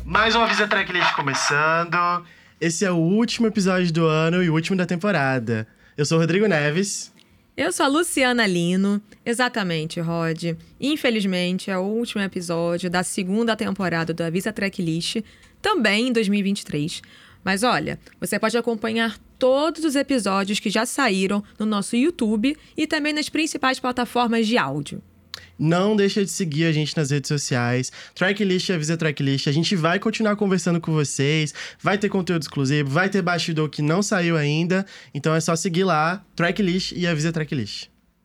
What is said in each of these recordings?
Mais uma Visa Tracklist começando. Esse é o último episódio do ano e o último da temporada. Eu sou o Rodrigo Neves. Eu sou a Luciana Lino. Exatamente, Rod. Infelizmente, é o último episódio da segunda temporada do Avisa Tracklist, também em 2023. Mas olha, você pode acompanhar todos os episódios que já saíram no nosso YouTube e também nas principais plataformas de áudio. Não deixa de seguir a gente nas redes sociais. Tracklist e Avisa Tracklist. A gente vai continuar conversando com vocês. Vai ter conteúdo exclusivo, vai ter bastidor que não saiu ainda. Então é só seguir lá, Tracklist e Avisa Tracklist.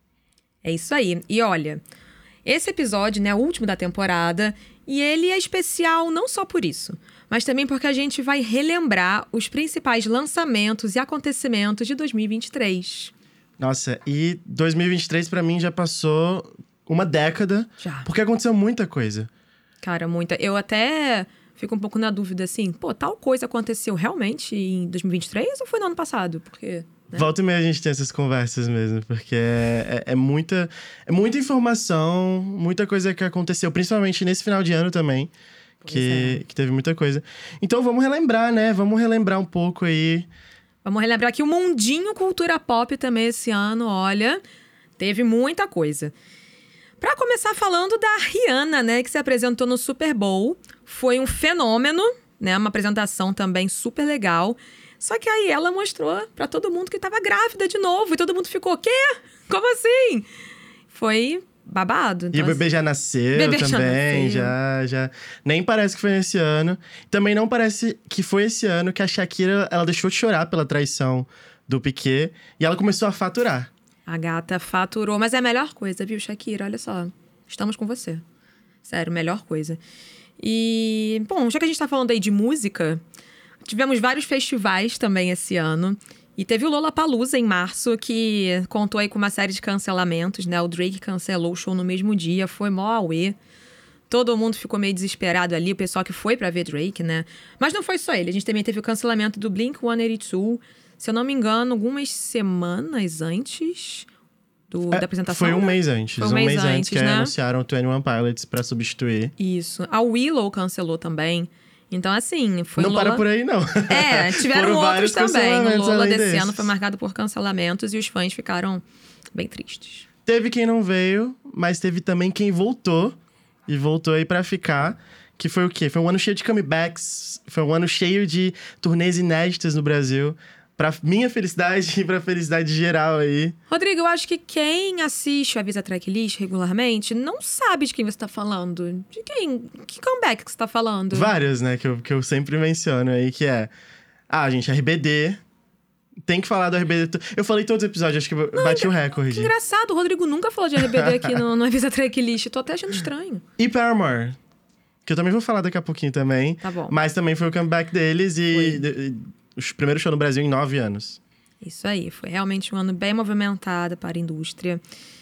É isso aí. E olha, esse episódio, né, é o último da temporada, e ele é especial não só por isso, mas também porque a gente vai relembrar os principais lançamentos e acontecimentos de 2023. Nossa, e 2023 pra mim já passou uma década. Já. Porque aconteceu muita coisa. Cara, muita. Eu até fico um pouco na dúvida, assim, tal coisa aconteceu realmente em 2023 ou foi no ano passado? Porque... né? Volta e meia a gente tem essas conversas mesmo, porque é muita informação, muita coisa que aconteceu, principalmente nesse final de ano também, que teve muita coisa. Então vamos relembrar, né? Vamos relembrar um pouco aí. Vamos relembrar que o mundinho cultura pop também esse ano, olha, teve muita coisa. Pra começar falando da Rihanna, né, que se apresentou no Super Bowl. Foi um fenômeno, né, uma apresentação também super legal. Só que aí ela mostrou pra todo mundo que tava grávida de novo. E todo mundo ficou, quê? Como assim? Foi babado. Então, E o bebê já nasceu também, já. Nem parece que foi nesse ano. Também não parece que foi esse ano que a Shakira, ela deixou de chorar pela traição do Piquet. E ela começou a faturar. A gata faturou. Mas é a melhor coisa, viu, Shakira? Olha só, estamos com você. Sério, melhor coisa. E, bom, já que a gente tá falando aí de música, tivemos vários festivais também esse ano. E teve o Lollapalooza em março, que contou aí com uma série de cancelamentos, né? O Drake cancelou o show no mesmo dia, foi mó auê. Todo mundo ficou meio desesperado ali, o pessoal que foi pra ver Drake, né? Mas não foi só ele, a gente também teve o cancelamento do Blink-182. Se eu não me engano, algumas semanas antes da apresentação. Foi um né? mês antes. Foi um mês antes, que né? anunciaram o 21 Pilots pra substituir. Isso. A Willow cancelou também. Então, assim, foi Não para por aí, não. É, tiveram Foram outros vários também. O cancelamentos Lola além desse desses. ano foi marcado por cancelamentos e os fãs ficaram bem tristes. Teve quem não veio, mas teve também quem voltou. E voltou aí pra ficar. Que foi o quê? Foi um ano cheio de comebacks. Foi um ano cheio de turnês inéditas no Brasil. Pra minha felicidade e pra felicidade geral aí. Rodrigo, eu acho que quem assiste o Avisa Tracklist regularmente não sabe de quem você tá falando. De quem? Que comeback que você tá falando? Vários, né? Que eu sempre menciono aí, que é... Ah, gente, RBD. Tem que falar do RBD. Eu falei todos os episódios, acho que bati o Que recorde. engraçado, o Rodrigo nunca falou de RBD aqui no Avisa Tracklist. Tô até achando estranho. E Paramore. Que eu também vou falar daqui a pouquinho também. Tá bom. Mas também foi o comeback deles e o primeiro show no Brasil em 9 anos. Isso aí, foi realmente um ano bem movimentado para a indústria.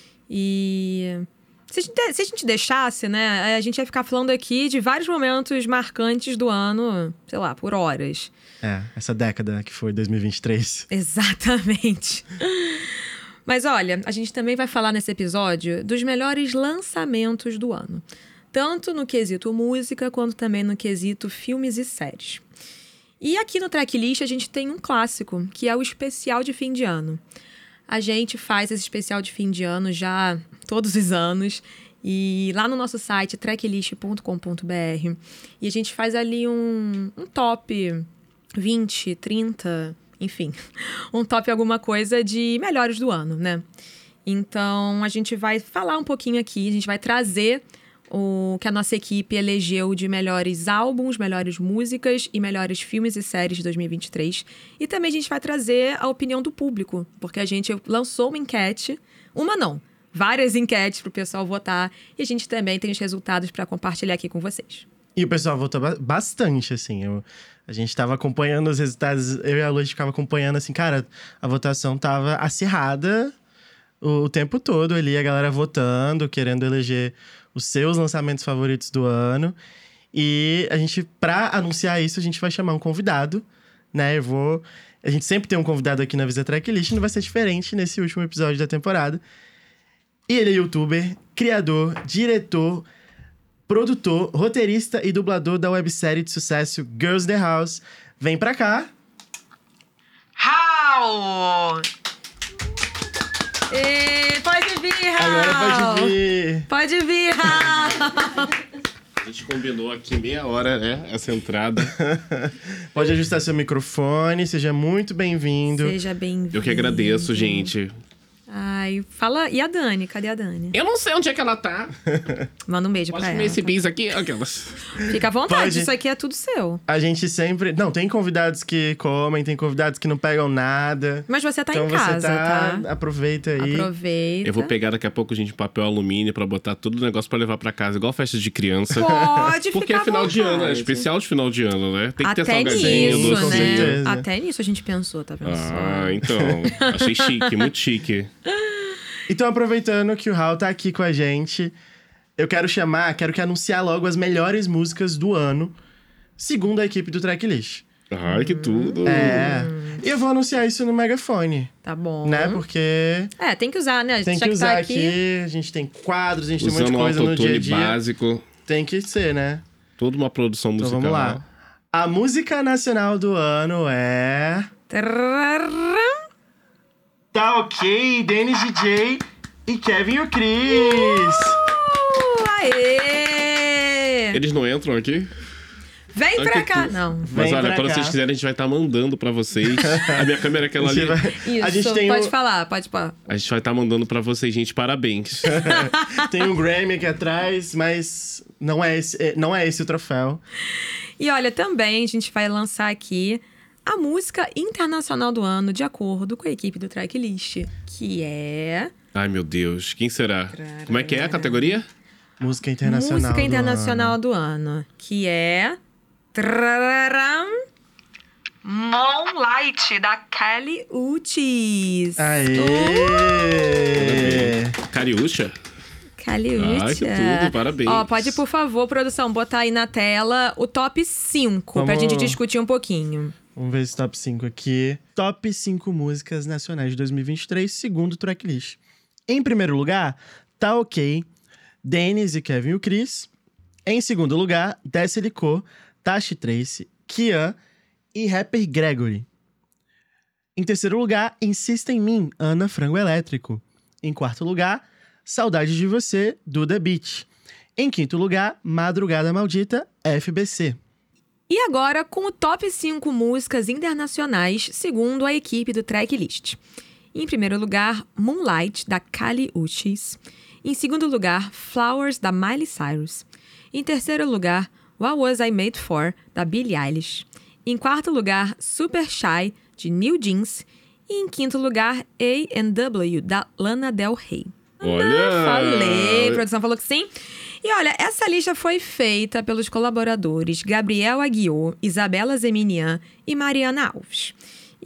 E se a gente deixasse, né, a gente ia ficar falando aqui de vários momentos marcantes do ano, sei lá, por horas. Essa década que foi 2023. Exatamente. Mas olha, a gente também vai falar nesse episódio dos melhores lançamentos do ano. Tanto no quesito música, quanto também no quesito filmes e séries. E aqui no Tracklist a gente tem um clássico, que é o especial de fim de ano. A gente faz esse especial de fim de ano já todos os anos. E lá no nosso site, tracklist.com.br. E a gente faz ali um top 20, 30, enfim. Um top alguma coisa de melhores do ano, né? Então a gente vai falar um pouquinho aqui, a gente vai trazer o que a nossa equipe elegeu de melhores álbuns, melhores músicas e melhores filmes e séries de 2023. E também a gente vai trazer a opinião do público, porque a gente lançou uma enquete, várias enquetes para o pessoal votar, e a gente também tem os resultados para compartilhar aqui com vocês. E o pessoal votou bastante, assim. A gente tava acompanhando os resultados, eu e a Lu, a gente ficava acompanhando, assim, cara, a votação tava acirrada o tempo todo ali, a galera votando, querendo eleger os seus lançamentos favoritos do ano. E a gente, pra anunciar isso, a gente vai chamar um convidado, né? A gente sempre tem um convidado aqui na Avisa Tracklist, não vai ser diferente nesse último episódio da temporada. E ele é youtuber, criador, diretor, produtor, roteirista e dublador da websérie de sucesso Girls the House. Vem pra cá. Raul! Pode vir, Raul! Agora pode vir. Pode vir, Raul! A gente combinou aqui meia hora, né? Essa entrada. Pode ajustar seu microfone, seja muito bem-vindo. Seja bem-vindo. Eu que agradeço, gente. Ai, fala... E a Dani? Cadê a Dani? Eu não sei onde é que ela tá. Manda um beijo Pode pra comer ela. esse bis aqui? Aquelas. Fica à vontade, Pode. isso aqui é tudo seu. A gente sempre... Não, tem convidados que comem, tem convidados que não pegam nada. Mas você tá Então em casa, você tá... tá? Aproveita aí. Aproveita. Eu vou pegar daqui a pouco, gente, papel alumínio pra botar todo o negócio pra levar pra casa. Igual festa de criança. Pode Porque ficar é final à de ano, é vontade. especial de final de ano, né? Tem que ter Até salgadinho, nisso, com né? certeza. Até nisso a gente pensou, tá pensando? Ah, então. Achei chique, muito chique. Então, aproveitando que o Raul tá aqui com a gente, eu quero que anunciar logo as melhores músicas do ano, segundo a equipe do Tracklist. Ai, que tudo. E eu vou anunciar isso no megafone, Tá bom. né? Porque Tem que usar, né? tem Já que tá usar aqui, a gente tem quadros, a gente tem um monte Usando de o coisa no dia a autotune dia. básico. Tem que ser, né? Toda uma produção Então musical. vamos lá. A música nacional do ano é... Tararã. Tá Ok, Dennis DJ e Kevin o Chris. Aê! Eles não entram aqui? Vem Ai, pra que cá. tudo. Não. Mas Vem olha, pra quando cá. vocês quiserem, a gente vai estar mandando pra vocês. A minha câmera é aquela ali. Isso, A gente tem pode o- falar, pode falar. A gente vai estar mandando pra vocês, gente. Parabéns. Tem um Grammy aqui atrás, mas não é esse o troféu. E olha, também a gente vai lançar aqui a música internacional do ano, de acordo com a equipe do Tracklist, que é... Ai, meu Deus. Quem será? Como é que é a categoria? Música internacional. Música do internacional ano. do ano, que é... Trararam, Moonlight, da Kelly Uchis. Aê! Cariúcha? Kelly Ai, que Uchis. tudo, parabéns. Ó, pode, por favor, produção, botar aí na tela o top 5, pra Vamos- gente discutir um pouquinho. Vamos ver esse top 5 aqui. Top 5 músicas nacionais de 2023, segundo o Tracklist. Em primeiro lugar, Tá Ok, Dennis e Kevin o Chris. Em segundo lugar, Desce Licor, Tashi Trace, Kian e rapper Gregory. Em terceiro lugar, Insista em Mim, Ana Frango Elétrico. Em quarto lugar, Saudade de Você, Duda Beat. Em quinto lugar, Madrugada Maldita, FBC. E agora com o top 5 músicas internacionais, segundo a equipe do Tracklist. Em primeiro lugar, Moonlight, da Kali Uchis. Em segundo lugar, Flowers, da Miley Cyrus. Em terceiro lugar, What Was I Made For, da Billie Eilish. Em quarto lugar, Super Shy, de New Jeans. E em quinto lugar, A&W, da Lana Del Rey. Olha! Falei, a produção falou que sim. E olha, essa lista foi feita pelos colaboradores Gabriel Aguiô, Isabela Zeminian e Mariana Alves.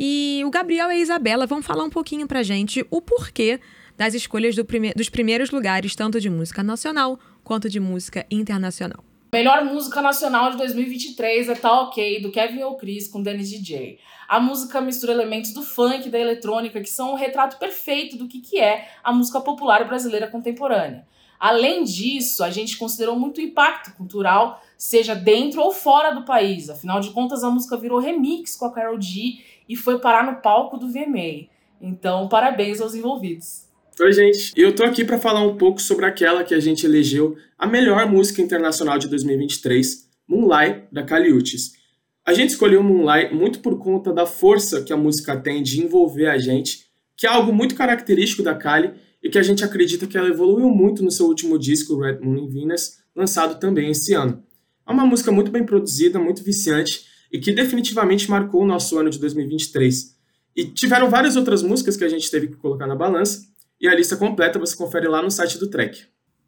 E o Gabriel e a Isabela vão falar um pouquinho pra gente o porquê das escolhas dos primeiros lugares, tanto de música nacional quanto de música internacional. Melhor música nacional de 2023 é Tá Ok, do Kevin o Chris com Dennis DJ. A música mistura elementos do funk e da eletrônica, que são um retrato perfeito do que é a música popular brasileira contemporânea. Além disso, a gente considerou muito o impacto cultural, seja dentro ou fora do país. Afinal de contas, a música virou remix com a Karol G e foi parar no palco do VMA. Então, parabéns aos envolvidos. Oi, gente. Eu tô aqui para falar um pouco sobre aquela que a gente elegeu a melhor música internacional de 2023, Moonlight, da Kali Uchis. A gente escolheu Moonlight muito por conta da força que a música tem de envolver a gente, que é algo muito característico da Kali e que a gente acredita que ela evoluiu muito no seu último disco, Red Moon in Venus, lançado também esse ano. É uma música muito bem produzida, muito viciante e que definitivamente marcou o nosso ano de 2023. E tiveram várias outras músicas que a gente teve que colocar na balança, e a lista completa você confere lá no site do Track.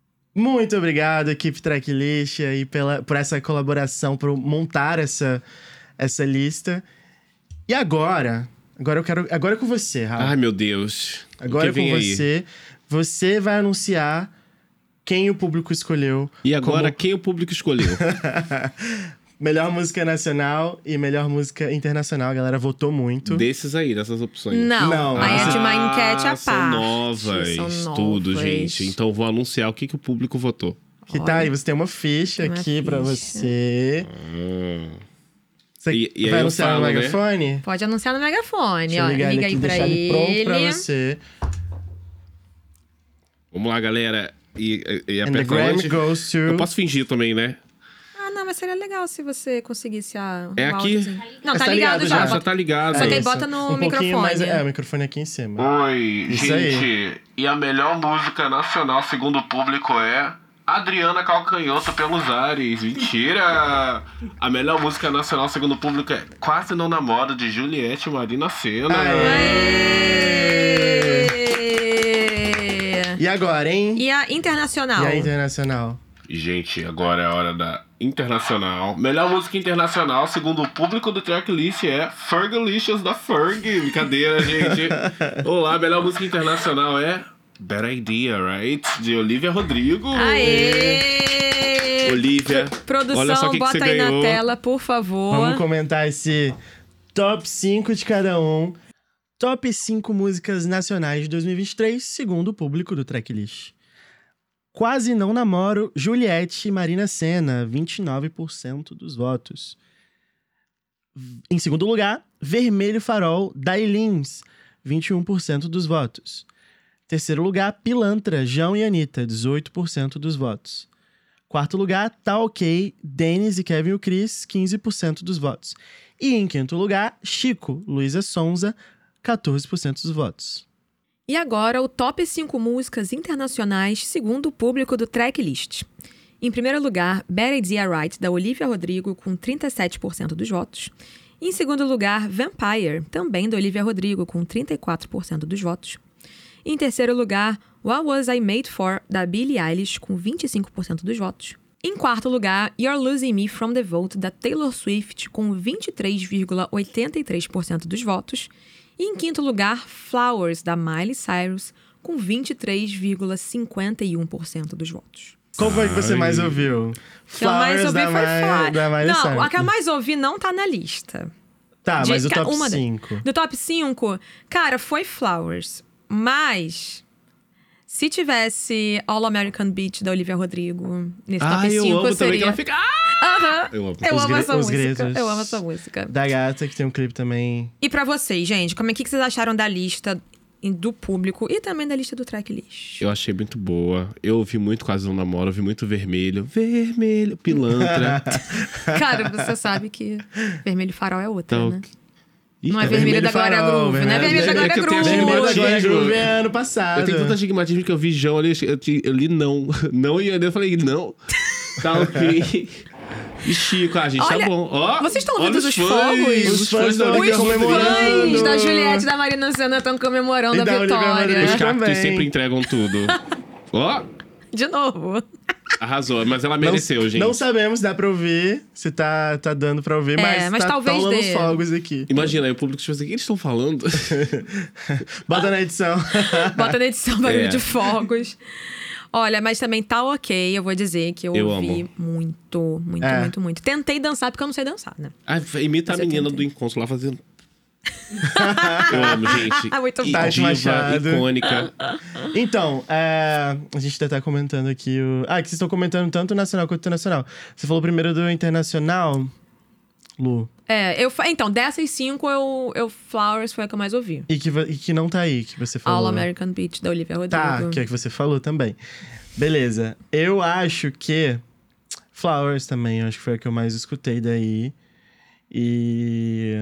Muito obrigado, equipe Tracklist, aí por essa colaboração, por montar essa lista. E agora é com você, Raul. Ai, meu Deus. Agora é O que vem com aí? você. Você vai anunciar quem o público escolheu. E agora, como quem o público escolheu? melhor música nacional e melhor música internacional. A galera votou muito. Desses aí, dessas opções. Não, aí é de uma Ah, enquete à são parte. novas. São Tudo, novas. gente. Então, vou anunciar o que o público votou. Que Olha, tá aí, você tem uma ficha tem uma aqui pra ficha. você. Você E aí vai eu anunciar falo, no né? megafone? Pode anunciar no megafone, Deixa eu ó. ligar Liga ele aí aqui, pra deixar ele pronto pra ele. você. Vamos lá, galera. E And the aperta Grammy onde? goes to... Eu posso fingir também, né? Ah, não, mas seria legal se você conseguisse É o aqui? áudiozinho. Não, Mas tá tá ligado ligado já. já, Já tá ligado. Só que aí isso. bota no um pouquinho mais... microfone. o microfone aqui em cima. Oi, Isso aí. gente. E a melhor música nacional, segundo o público, é Adriana Calcanhoto pelos Ares. Mentira! A melhor música nacional, segundo o público, é Quase Não Namoro, de Juliette e Marina Sena. E agora, hein? E a internacional? E a internacional? Gente, agora é a hora da internacional. Melhor música internacional, segundo o público do tracklist, é Fergalicious da Ferg. Brincadeira, gente. Olá, melhor música internacional é Bad Idea, right? De Olivia Rodrigo. Aê! Olivia, Produção, olha só o que bota você aí ganhou. na tela, por favor. Vamos comentar esse top 5 de cada um. Top 5 músicas nacionais de 2023, segundo o público do tracklist. Quase Não Namoro, Juliette e Marina Sena, 29% dos votos. Em segundo lugar, Vermelho Farol, Dailins, 21% dos votos. Terceiro lugar, Pilantra, João e Anitta, 18% dos votos. Quarto lugar, Tá Ok, Denis e Kevin o Cris, 15% dos votos. E em quinto lugar, Chico, Luísa Sonza, 14% dos votos. E agora, o top 5 músicas internacionais segundo o público do tracklist. Em primeiro lugar, Bad Idea Right, da Olivia Rodrigo, com 37% dos votos. Em segundo lugar, Vampire, também da Olivia Rodrigo, com 34% dos votos. Em terceiro lugar, What Was I Made For, da Billie Eilish, com 25% dos votos. Em quarto lugar, You're Losing Me From The Vote, da Taylor Swift, com 23,83% dos votos. E em quinto lugar, Flowers, da Miley Cyrus, com 23,51% dos votos. Qual foi que você mais ouviu? O que eu mais ouvi foi Flowers. da Miley Não, Cyrus. a que eu mais ouvi não tá na lista. Tá, mas o top uma 5. Do top 5, cara, foi Flowers. Mas, se tivesse All American Beach, da Olivia Rodrigo, nesse top 5, eu amo também seria... que ela fica... Aham. Eu amo. Eu amo essa Os música. gritos. Eu amo essa música. Da Gata, que tem um clipe também. E pra vocês, gente, como é que vocês acharam da lista do público e também da lista do tracklist? Eu achei muito boa. Eu ouvi muito Quase Não Namoro, ouvi muito Vermelho. Vermelho, Pilantra. Cara, você sabe que Vermelho Farol é outra, Então, né? Ih, Não é cara, Vermelho da Glória Farol, Groove, não é Vermelho da Glória que eu tenho Groove. Vermelho da Glória Groove. Groove é ano passado. Eu tenho tanto astigmatismo que eu vi João ali, eu li não. Não, e eu falei, não. Tá ok. E Chico, gente, Olha, tá bom. Ó, vocês estão olha ouvindo os fogos? Os fãs da Os Olivia comemorando. fãs da Juliette e da Marina Sena estão comemorando E a da Olivia vitória. Rodrigo. Os também. cactos sempre entregam tudo. Ó, De novo. arrasou. Mas ela mereceu, gente. Não sabemos, dá pra ouvir. Se tá dando pra ouvir, mas tá talvez rolando dê. os fogos aqui. Imagina aí o público tipo assim, o que eles estão falando? Bota na edição. Bota na edição barulho É. de fogos. Olha, mas também tá ok, eu vou dizer que eu ouvi amo. muito, muito, É. muito, muito. Tentei dançar porque eu não sei dançar, né? Ah, imita Mas a eu menina tentei. do encontro lá fazendo. Eu amo, gente. Muito bom. Tati Diva, Machado. icônica. Então, a gente ainda tá comentando aqui o... Ah, que vocês estão comentando tanto o nacional quanto o internacional. Você falou primeiro do internacional, Lu. Então, dessas 5, Flowers foi a que eu mais ouvi. E que não tá aí, que você falou. All American Beach, da Olivia Rodrigo. Tá, que é que você falou também. Beleza. Eu acho que... Flowers também, eu acho que foi a que eu mais escutei daí. E...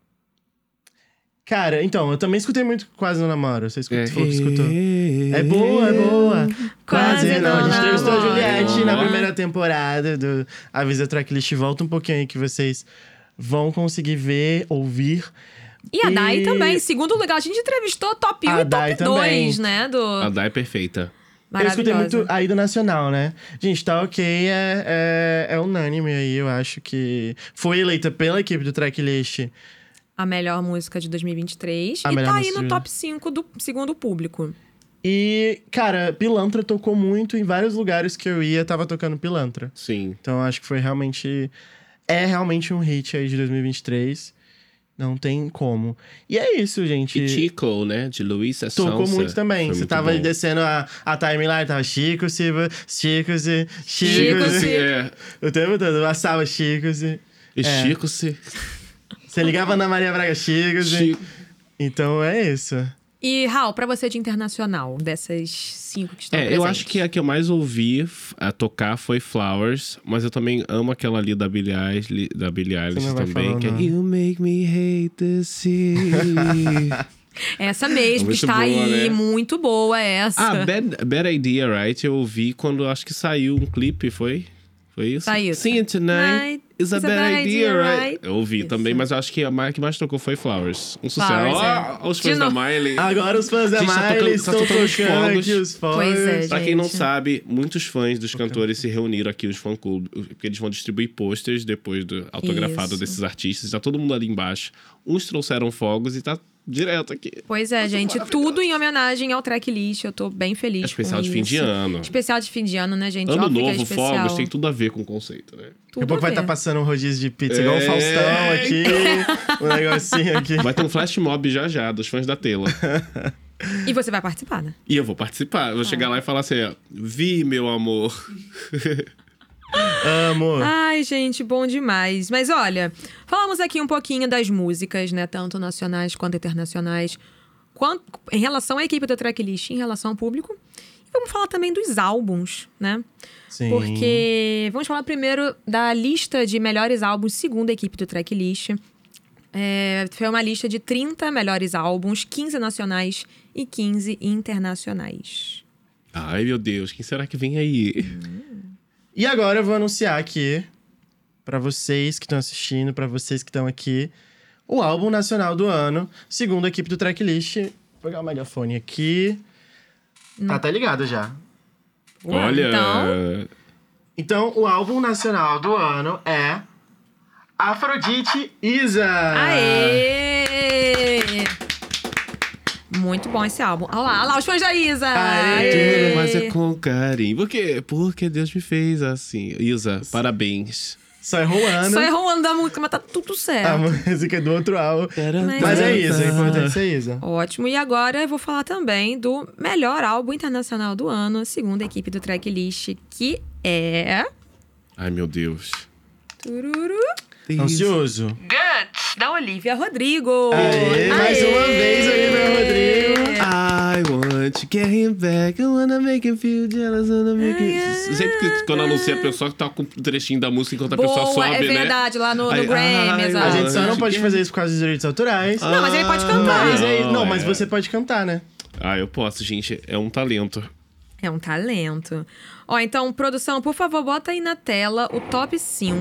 Cara, então, eu também escutei muito Quase Não Namoro. Você falou que escutou. É boa, é boa. Quase não. A gente entrevistou a Juliette na primeira temporada do Avisa Tracklist. Volta um pouquinho aí que vocês vão conseguir ver, ouvir. E a Dai também. Segundo lugar, a gente entrevistou top 1 A e Dai top 2, também. né? A Dai é perfeita. Eu escutei Maravilhosa. muito aí do Nacional, né? Gente, Tá Ok é unânime aí. Eu acho que foi eleita pela equipe do Tracklist. A melhor música de 2023. A E melhor tá aí música no de- top 5 do segundo público. E, cara, Pilantra tocou muito em vários lugares que eu ia, tava tocando Pilantra. Sim. Então, acho que foi realmente... É realmente um hit aí de 2023. Não tem como. E é isso, gente. E Chico, né? De Luísa Sonza. Tocou muito também. Foi Você muito tava bom. descendo a timeline, tava Chico, Silva, Chico, Chico, O tempo todo, passava Chico. E Chico se... Você ligava Ana Maria Braga, Chico. Chico. Então é isso. E, Raul, pra você de internacional, dessas 5 que estão presentes? Eu acho que a que eu mais ouvi a tocar foi Flowers, mas eu também amo aquela ali da Billie Eilish, não vai também, falar o que é nome. You Make Me Hate the Sea. Essa mesmo, que Muito está boa, aí, né? muito boa essa. Bad Idea, right? Eu ouvi quando acho que saiu um clipe, foi? Foi isso? Saiu. Sing It Tonight is a bad idea, right? Eu ouvi Isso. também, mas eu acho que a que mais tocou foi Flowers. Um sucesso. Flowers, Ó, os De fãs da novo. Miley. Agora os fãs da Gente, tá Miley tocando- estão tá tocando os tocando fogos. aqui os fogos. Pois é, Pra quem não gente. sabe, muitos fãs dos cantores se reuniram aqui, os fã-clubes, porque eles vão distribuir posters depois do autografado Isso. desses artistas. Tá todo mundo ali embaixo. Uns trouxeram fogos e tá direto aqui. Pois é, gente, tudo em homenagem ao tracklist. Eu tô bem feliz É especial com de fim de isso. ano. Especial de fim de ano, né, gente? Ano Óbvio que é novo, especial. fogos, tem tudo a ver com o conceito, né? Daqui Tudo a pouco vai ver. estar passando um rodízio de pizza, igual o Faustão aqui. Um negocinho aqui. Vai ter um flash mob já, dos fãs da Taylor. E você vai participar, né? E eu vou participar. Eu vou chegar lá e falar assim, ó, Vi, meu amor. Amo. Ai, gente, bom demais. Mas olha, falamos aqui um pouquinho das músicas, né? Tanto nacionais quanto internacionais. Em relação à equipe do tracklist, em relação ao público. E vamos falar também dos álbuns, né? Sim. Porque vamos falar primeiro da lista de melhores álbuns segundo a equipe do tracklist. Foi uma lista de 30 melhores álbuns, 15 nacionais e 15 internacionais. Ai, meu Deus, quem será que vem aí? E agora eu vou anunciar aqui, pra vocês que estão assistindo, pra vocês que estão aqui, o álbum nacional do ano, segundo a equipe do Tracklist. Vou pegar o megafone aqui. Tá ligado já. Olha... Então, o álbum nacional do ano é Afrodite Isa. Aê! Muito bom esse álbum. Olha lá, os fãs da Isa! Aê! Tudo, mas é com carinho. Por quê? Porque Deus me fez assim. Isa, parabéns. Só errou o ano. Só errou o ano da música, mas tá tudo A certo. música é do outro álbum. Mas Mas é é isso, é importante ser Isa. Ótimo. E agora eu vou falar também do melhor álbum internacional do ano, segundo a equipe do Tracklist, que é... Ai, meu Deus. Tururu. Ansioso. Guts, da Olivia Rodrigo. Aê, mais uma vez, Olivia Rodrigo. I want to get him back. I wanna make him feel jealous. I wanna make him... Sempre que quando anuncia a pessoa que tá com um trechinho da música enquanto a pessoa Boa, sobe, é né? verdade, lá no Aí, Grammy, ai, exato. A gente só não Acho pode que- fazer isso por causa dos direitos autorais. Não, mas ele pode cantar. Mas aí, não, Não, mas é. você pode cantar, né? Ah, eu posso, gente. É um talento. É um talento. Ó, então, produção, por favor, bota aí na tela o top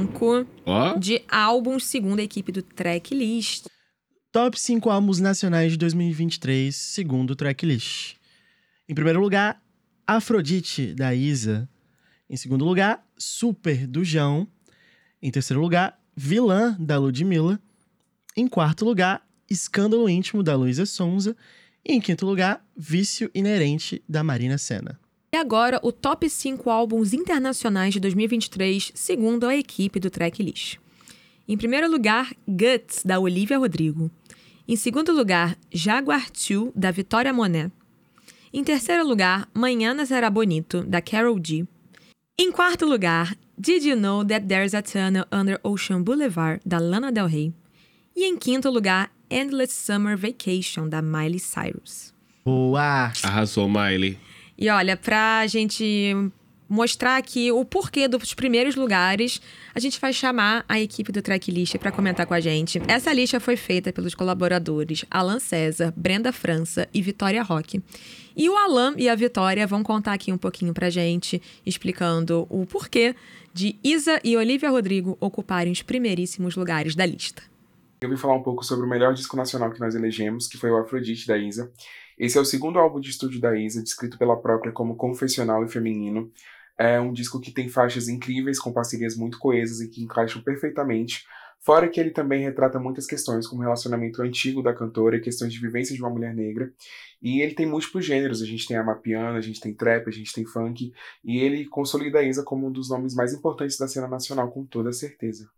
5 Ó. de álbuns segundo a equipe do Tracklist. Top 5 álbuns nacionais de 2023, segundo o Tracklist. Em primeiro lugar, Afrodite, da Isa. Em segundo lugar, Super, do João. Em terceiro lugar, Vilã, da Ludmilla. Em quarto lugar, Escândalo Íntimo, da Luísa Sonza. E em quinto lugar, Vício Inerente, da Marina Sena. E agora, o top 5 álbuns internacionais de 2023, segundo a equipe do Tracklist. Em primeiro lugar, Guts, da Olivia Rodrigo. Em segundo lugar, Jaguar 2, da Vitória Monet. Em terceiro lugar, Manhã Será Bonito, da Karol G. Em quarto lugar, Did You Know That There's a Tunnel Under Ocean Boulevard, da Lana Del Rey. E em quinto lugar, Endless Summer Vacation, da Miley Cyrus. Boa! Arrasou, Miley. E olha, pra gente mostrar aqui o porquê dos primeiros lugares, a gente vai chamar a equipe do Tracklist para comentar com a gente. Essa lista foi feita pelos colaboradores Alan César, Brenda França e Vitória Roque. E o Alan e a Vitória vão contar aqui um pouquinho pra gente, explicando o porquê de Isa e Olivia Rodrigo ocuparem os primeiríssimos lugares da lista. Eu vim falar um pouco sobre o melhor disco nacional que nós elegemos, que foi o Afrodite, da Isa. Esse é o segundo álbum de estúdio da Isa, descrito pela própria como confessional e feminino. É um disco que tem faixas incríveis, com parcerias muito coesas e que encaixam perfeitamente. Fora que ele também retrata muitas questões, como o relacionamento antigo da cantora e questões de vivência de uma mulher negra. E ele tem múltiplos gêneros, a gente tem amapiano, a gente tem trap, a gente tem funk. E ele consolida a Isa como um dos nomes mais importantes da cena nacional, com toda certeza.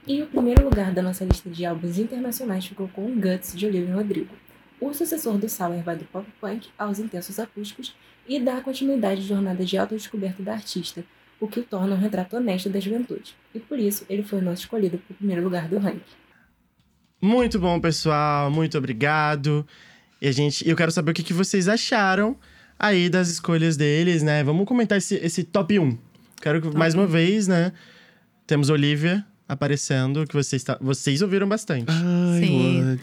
E o primeiro lugar da nossa lista de álbuns internacionais ficou com Guts, de Olivia Rodrigo. O sucessor do Sour vai do pop punk aos intensos acústicos e dá continuidade à jornada de autodescoberta da artista, o que o torna um retrato honesto da juventude. E por isso, ele foi o nosso escolhido para o primeiro lugar do ranking. Muito bom, pessoal. Muito obrigado. E eu quero saber o que vocês acharam aí das escolhas deles, né? Vamos comentar esse top 1. Quero que, mais uma vez, né? Temos Olivia aparecendo, que vocês ouviram bastante. Sim.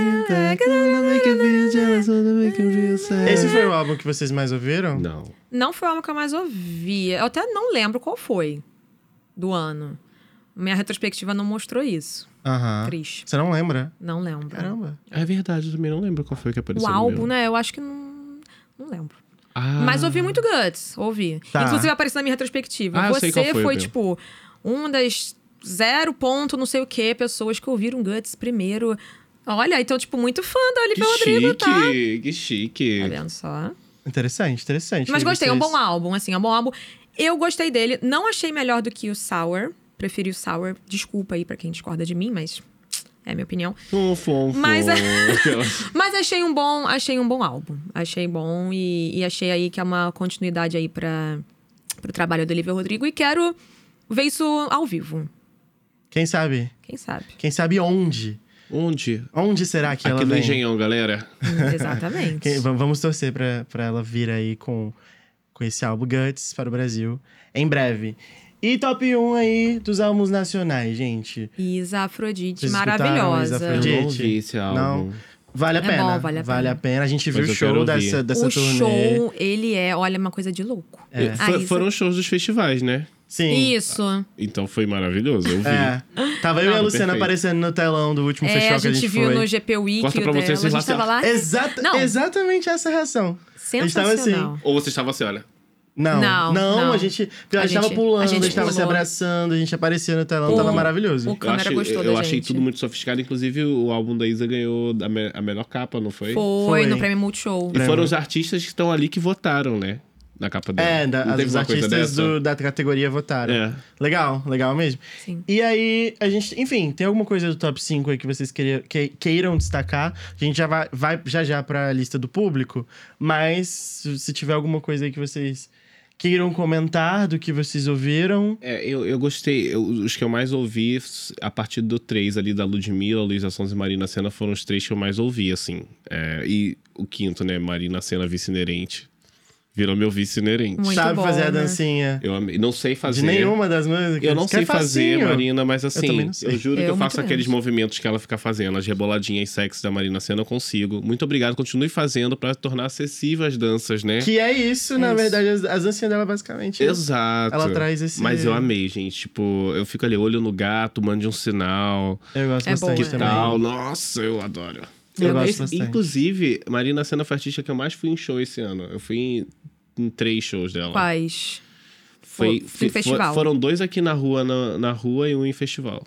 Esse foi o álbum que vocês mais ouviram? Não. Não foi o álbum que eu mais ouvi. Eu até não lembro qual foi do ano. Minha retrospectiva não mostrou isso. Aham. Triste. Você não lembra? Não lembro. Caramba. É verdade, eu também não lembro qual foi que apareceu. O no álbum, meu. né? Eu acho que não lembro. Ah. Mas ouvi muito Guts. Ouvi. Tá. Inclusive apareceu na minha retrospectiva. Ah, eu sei qual Você foi, foi meu. tipo, uma das 0 ponto não sei o que pessoas que ouviram Guts primeiro. Olha, então, tipo, muito fã da Que Olivia Rodrigo, tá? que chique. Tá vendo só? Interessante. Mas gostei, é um Vocês- bom álbum, assim, é um bom álbum. Eu gostei dele, não achei melhor do que o Sour. Preferi o Sour. Desculpa aí pra quem discorda de mim, mas é a minha opinião. Mas- Mas achei um bom álbum. Achei bom e achei aí que é uma continuidade aí pro trabalho do Olivia Rodrigo. E quero ver isso ao vivo. Quem sabe? Quem sabe? Quem sabe onde? Onde? Onde será que ela Aqui no vem? Engenhão, galera. Exatamente. Vamos torcer pra ela vir aí com esse álbum Guts para o Brasil em breve. E top 1 aí dos álbuns nacionais, gente. Isa Afrodite, Vocês escutaram maravilhosa. Isa Eu Afrodite? não ouvi esse álbum. Não. Vale a É pena. bom, vale a pena. A gente viu Mas o eu show quero dessa O turnê. show, ele olha, uma coisa de louco. É. A Isa- Foram shows dos festivais, né? Sim. Isso. Então foi maravilhoso, eu vi. É. Tava eu e a Não, Luciana perfeito. aparecendo no telão do último A festival que a gente gente viu foi. no GP Week Corta pra dela. vocês, vocês A gente tava lá. Não. Exatamente essa reação. A gente tava assim. Sensacional. Ou você estava assim, olha. Não. a gente tava pulando, a gente tava se pulou. abraçando, a gente aparecia no telão, tava maravilhoso. O câmera gostou eu da achei gente. tudo muito sofisticado. Inclusive, o álbum da Isa ganhou a melhor capa, não foi? Foi no Prêmio Multishow. E foram os artistas que estão ali que votaram, né? Na capa dela. Não teve os uma coisa artistas dessa? da categoria votaram. É. Legal mesmo. Sim. E aí, a gente, enfim, tem alguma coisa do top 5 aí que vocês queiram destacar? A gente já vai já pra lista do público, mas se tiver alguma coisa aí que vocês queiram comentar do que vocês ouviram. Eu gostei. Os que eu mais ouvi, a partir do 3 ali, da Ludmilla, Luísa Sonza e Marina Sena, foram os 3 que eu mais ouvi, assim. E o quinto, né? Marina Sena, vice-inerente. Virou meu vice-inerente. Muito Sabe bom, fazer a né? dancinha Eu amei. Não sei fazer. de nenhuma das músicas? Eu não Que é sei fazer, facinho. Marina, mas também assim, não sei. eu juro que Eu eu faço muito aqueles menos. movimentos que ela fica fazendo, as reboladinhas sexy da Marina Sena, eu consigo. Muito obrigado, continue fazendo pra tornar acessível as danças, né? Que é isso, na isso. verdade, as dancinhas dela basicamente. Exato. Ela traz esse... Mas eu amei, gente. Tipo, eu fico ali, olho no gato, mande um sinal. Eu gosto É bastante boa, Que também. tal? Nossa, eu adoro. Eu gosto bastante. Inclusive, Marina Sena foi a artista que eu mais fui em show esse ano. Eu fui em 3 shows dela. Quais? Foi, Em festival? Foram 2 aqui na rua e um em festival.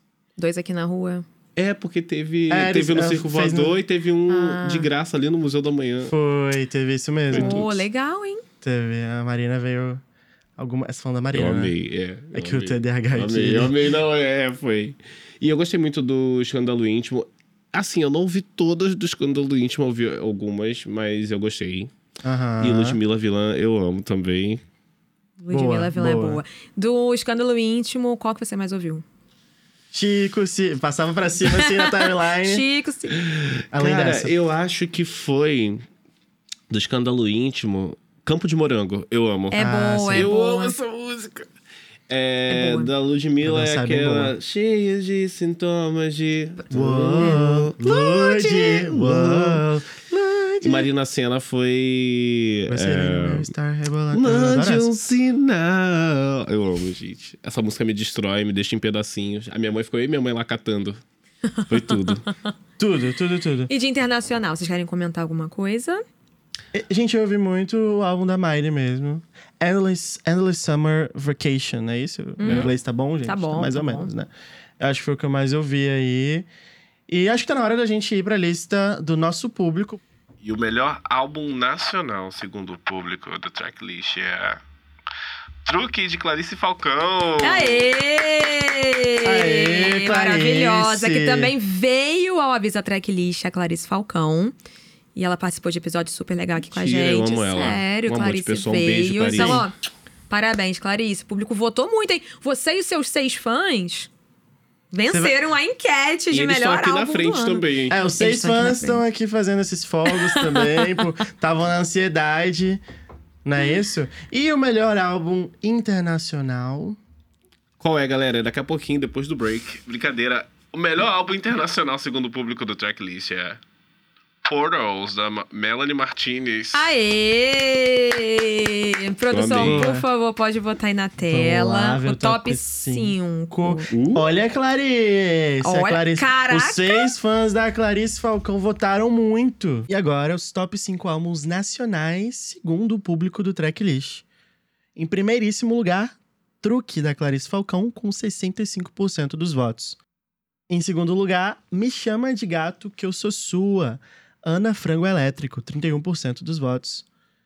2 aqui na rua. É, porque teve eles- no Circo fez Voador no- e teve um de graça ali no Museu da Manhã. Teve isso mesmo. Foi tudo. Legal, hein? Teve. A Marina veio... Essa falando da Marina, Eu né? amei, É que o TDAH Eu amei, não, foi. E eu gostei muito do Escândalo Íntimo. Assim, eu não ouvi todas do Escândalo Íntimo, ouvi algumas, mas eu gostei. Aham. E Ludmilla Vilã, eu amo também. Ludmilla Vilã é boa. boa. Do Escândalo Íntimo, qual que você mais ouviu? Chico, passava pra cima assim na timeline. Chico, sim. Além Cara, dessa. eu acho que foi do Escândalo Íntimo, Campo de Morango. Eu amo. É boa, sim. é eu boa. amo essa música. boa. Da Ludmilla Ela é sabe aquela boa. cheia de sintomas de... Uou, Lorde, uou, E Marina Sena foi... Você vai estar rebolando. Mande um sinal. Eu amo, gente. Essa música me destrói, me deixa em pedacinhos. A minha mãe ficou eu e minha mãe lá catando. Foi tudo. Tudo. E de internacional, vocês querem comentar alguma coisa? Gente, eu ouvi muito o álbum da Miley mesmo. Endless Summer Vacation, é isso? Meu inglês tá bom, gente? Tá bom, mais tá ou bom. menos, né? Eu acho que foi o que eu mais ouvi aí. E acho que tá na hora da gente ir pra lista do nosso público. E o melhor álbum nacional, segundo o público do Tracklist, é Truque de Clarice Falcão. Aê! Aê, Clarice! Maravilhosa, que também veio ao Avisa Tracklist, a Clarice Falcão. E ela participou de episódio super legal aqui com a Mentira, gente. eu amo ela. Sério, Um amor de Clarice pessoa, um beijo, veio. Clarice. Então, ó, parabéns, Clarice. O público votou muito, hein? Você e os seus 6 fãs venceram a enquete E de eles estão melhor aqui álbum na frente do ano. também, hein? Os 6 estão aqui na fãs estão aqui fazendo esses fogos também. Estavam na ansiedade, não é isso? E o melhor álbum internacional... Qual é, galera? Daqui a pouquinho, depois do break. Brincadeira. O melhor álbum internacional, segundo o público do Tracklist, é Portals, da Melanie Martinez. Aê! Produção, Amei. por favor, pode botar aí na tela. lá ver O o top top 5. Olha a Clarice! Olha, a Clarice. caraca! Os 6 fãs da Clarice Falcão votaram muito. E agora, os top 5 álbuns nacionais, segundo o público do Tracklist. Em primeiríssimo lugar, Truque, da Clarice Falcão, com 65% dos votos. Em segundo lugar, Me Chama de Gato, que eu sou sua, Ana Frango Elétrico, 31% dos votos.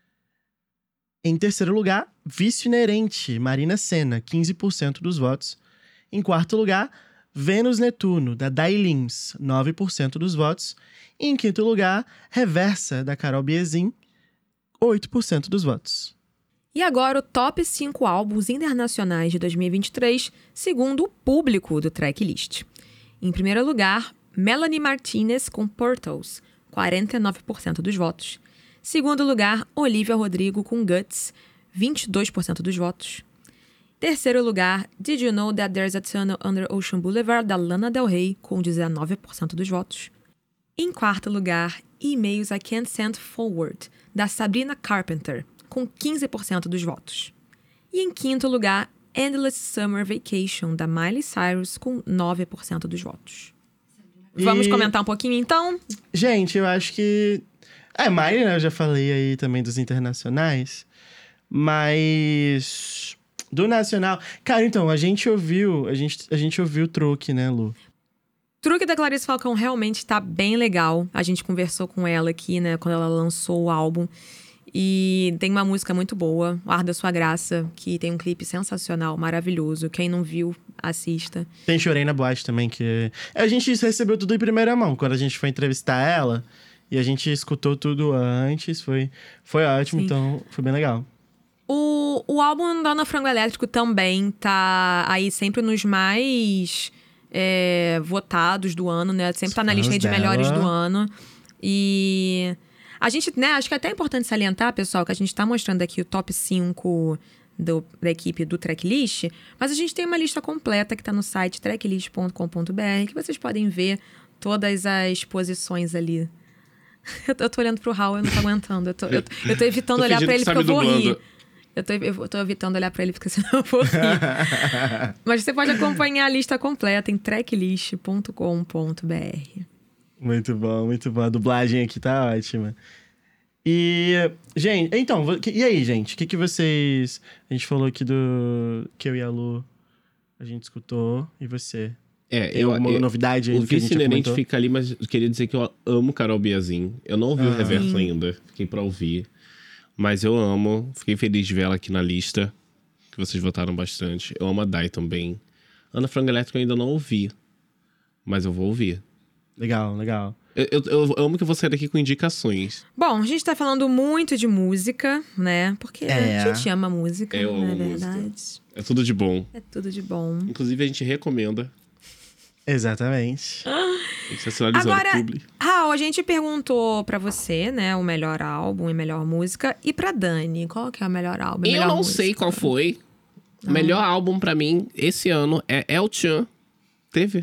Em terceiro lugar, Vício Inerente, Marina Sena, 15% dos votos. Em quarto lugar, Vênus Netuno, da Dailins, 9% dos votos. E em quinto lugar, Reversa, da Carol Biezin, 8% dos votos. E agora o top 5 álbuns internacionais de 2023, segundo o público do Tracklist. Em primeiro lugar, Melanie Martinez com Portals, 49% dos votos. Segundo lugar, Olivia Rodrigo com Guts, 22% dos votos. Terceiro lugar, Did You Know That There's a Tunnel Under Ocean Boulevard, da Lana Del Rey, com 19% dos votos. Em quarto lugar, E-Mails I Can't Send Forward, da Sabrina Carpenter, com 15% dos votos. E em quinto lugar, Endless Summer Vacation, da Miley Cyrus, com 9% dos votos. Vamos comentar um pouquinho, então? Gente, eu acho que... Miley, né? Eu já falei aí também dos internacionais. Mas... do nacional... Cara, então, a gente ouviu o Truque, né, Lu? Truque da Clarice Falcão realmente tá bem legal. A gente conversou com ela aqui, né, quando ela lançou o álbum. E tem uma música muito boa, O Ar da Sua Graça, que tem um clipe sensacional, maravilhoso. Quem não viu, assista. Tem Chorei na Boate também, que... A gente recebeu tudo em primeira mão, quando a gente foi entrevistar ela. E a gente escutou tudo antes, foi ótimo, Sim. então foi bem legal. O álbum da Ana Frango Elétrico também tá aí sempre nos mais votados do ano, né? Sempre tá na lista aí de melhores do ano. E... a gente, né, acho que é até importante salientar, pessoal, que a gente tá mostrando aqui o top 5 da equipe do Tracklist, mas a gente tem uma lista completa que tá no site tracklist.com.br, que vocês podem ver todas as posições ali. Eu tô olhando pro Raul, eu não tô aguentando. Eu tô evitando olhar pra ele porque eu vou rir. Eu tô evitando olhar pra ele porque senão eu vou rir. Mas você pode acompanhar a lista completa em tracklist.com.br. Muito bom. A dublagem aqui tá ótima. E, gente, então, e aí, gente? O que vocês... A gente falou aqui do... que eu e a Lu, a gente escutou. E você? Tem alguma novidade aí o do que a gente já Vice-Inerente comentou? fica ali, mas eu queria dizer que eu amo Carol Biazin. Eu não ouvi o reverso ainda, fiquei pra ouvir. Mas eu amo, fiquei feliz de ver ela aqui na lista, que vocês votaram bastante. Eu amo a Dai também. Ana Frango Elétrico eu ainda não ouvi, mas eu vou ouvir. Legal. Eu amo que eu vou sair daqui com indicações. Bom, a gente tá falando muito de música, né? Porque a gente ama música, Eu não é amo música. verdade? É tudo de bom. É tudo de bom. Inclusive, a gente recomenda. Exatamente. Tem que ser sinalizado Agora, publi. Raul, a gente perguntou pra você, né, o melhor álbum e melhor música. E pra Dani, qual que é o melhor álbum e Eu melhor não música? sei qual foi. O melhor álbum pra mim esse ano é El Chan. Teve?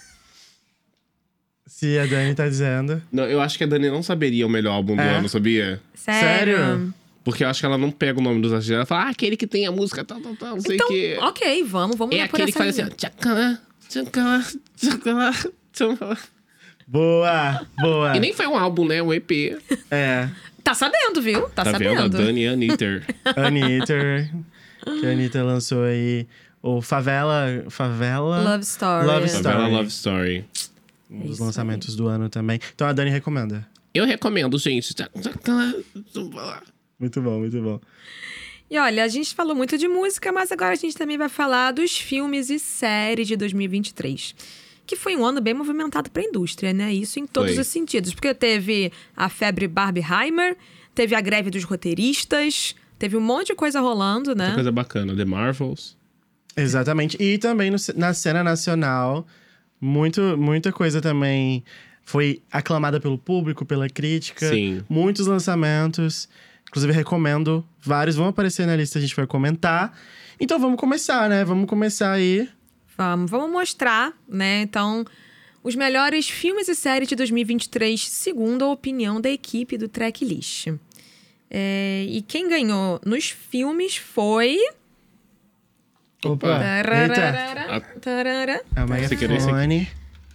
Se a Dani tá dizendo... Não, eu acho que a Dani não saberia o melhor álbum do ano, sabia? Sério? Porque eu acho que ela não pega o nome dos artistas. Ela fala, aquele que tem a música, tal, não sei o Então, que. ok, vamos É lá por aquele que faz essa assim, ó, tchacã, tchacã, tchacã, tchacã. Boa! E nem foi um álbum, né? Um EP. Tá sabendo, viu? Tá sabendo. Vendo? A Dani e a Anitta. Anitta, que a Anitta lançou aí o Favela... Love Story. Favela Love Story. Um dos lançamentos do ano também. Então a Dani recomenda. Eu recomendo, gente. Muito bom. E olha, a gente falou muito de música, mas agora a gente também vai falar dos filmes e séries de 2023. Que foi um ano bem movimentado para a indústria, né? Isso em todos os sentidos. Porque teve a febre Barbieheimer, teve a greve dos roteiristas, teve um monte de coisa rolando, né? Muita coisa bacana. The Marvels. Exatamente. E também na cena nacional, muita coisa também foi aclamada pelo público, pela crítica. Sim. Muitos lançamentos. Inclusive, recomendo. Vários vão aparecer na lista, a gente vai comentar. Então, vamos começar, né? Vamos começar aí. Vamos mostrar, né? Então, os melhores filmes e séries de 2023, segundo a opinião da equipe do Tracklist. E quem ganhou nos filmes foi... Opa! Eita! Tarara. É o megafone.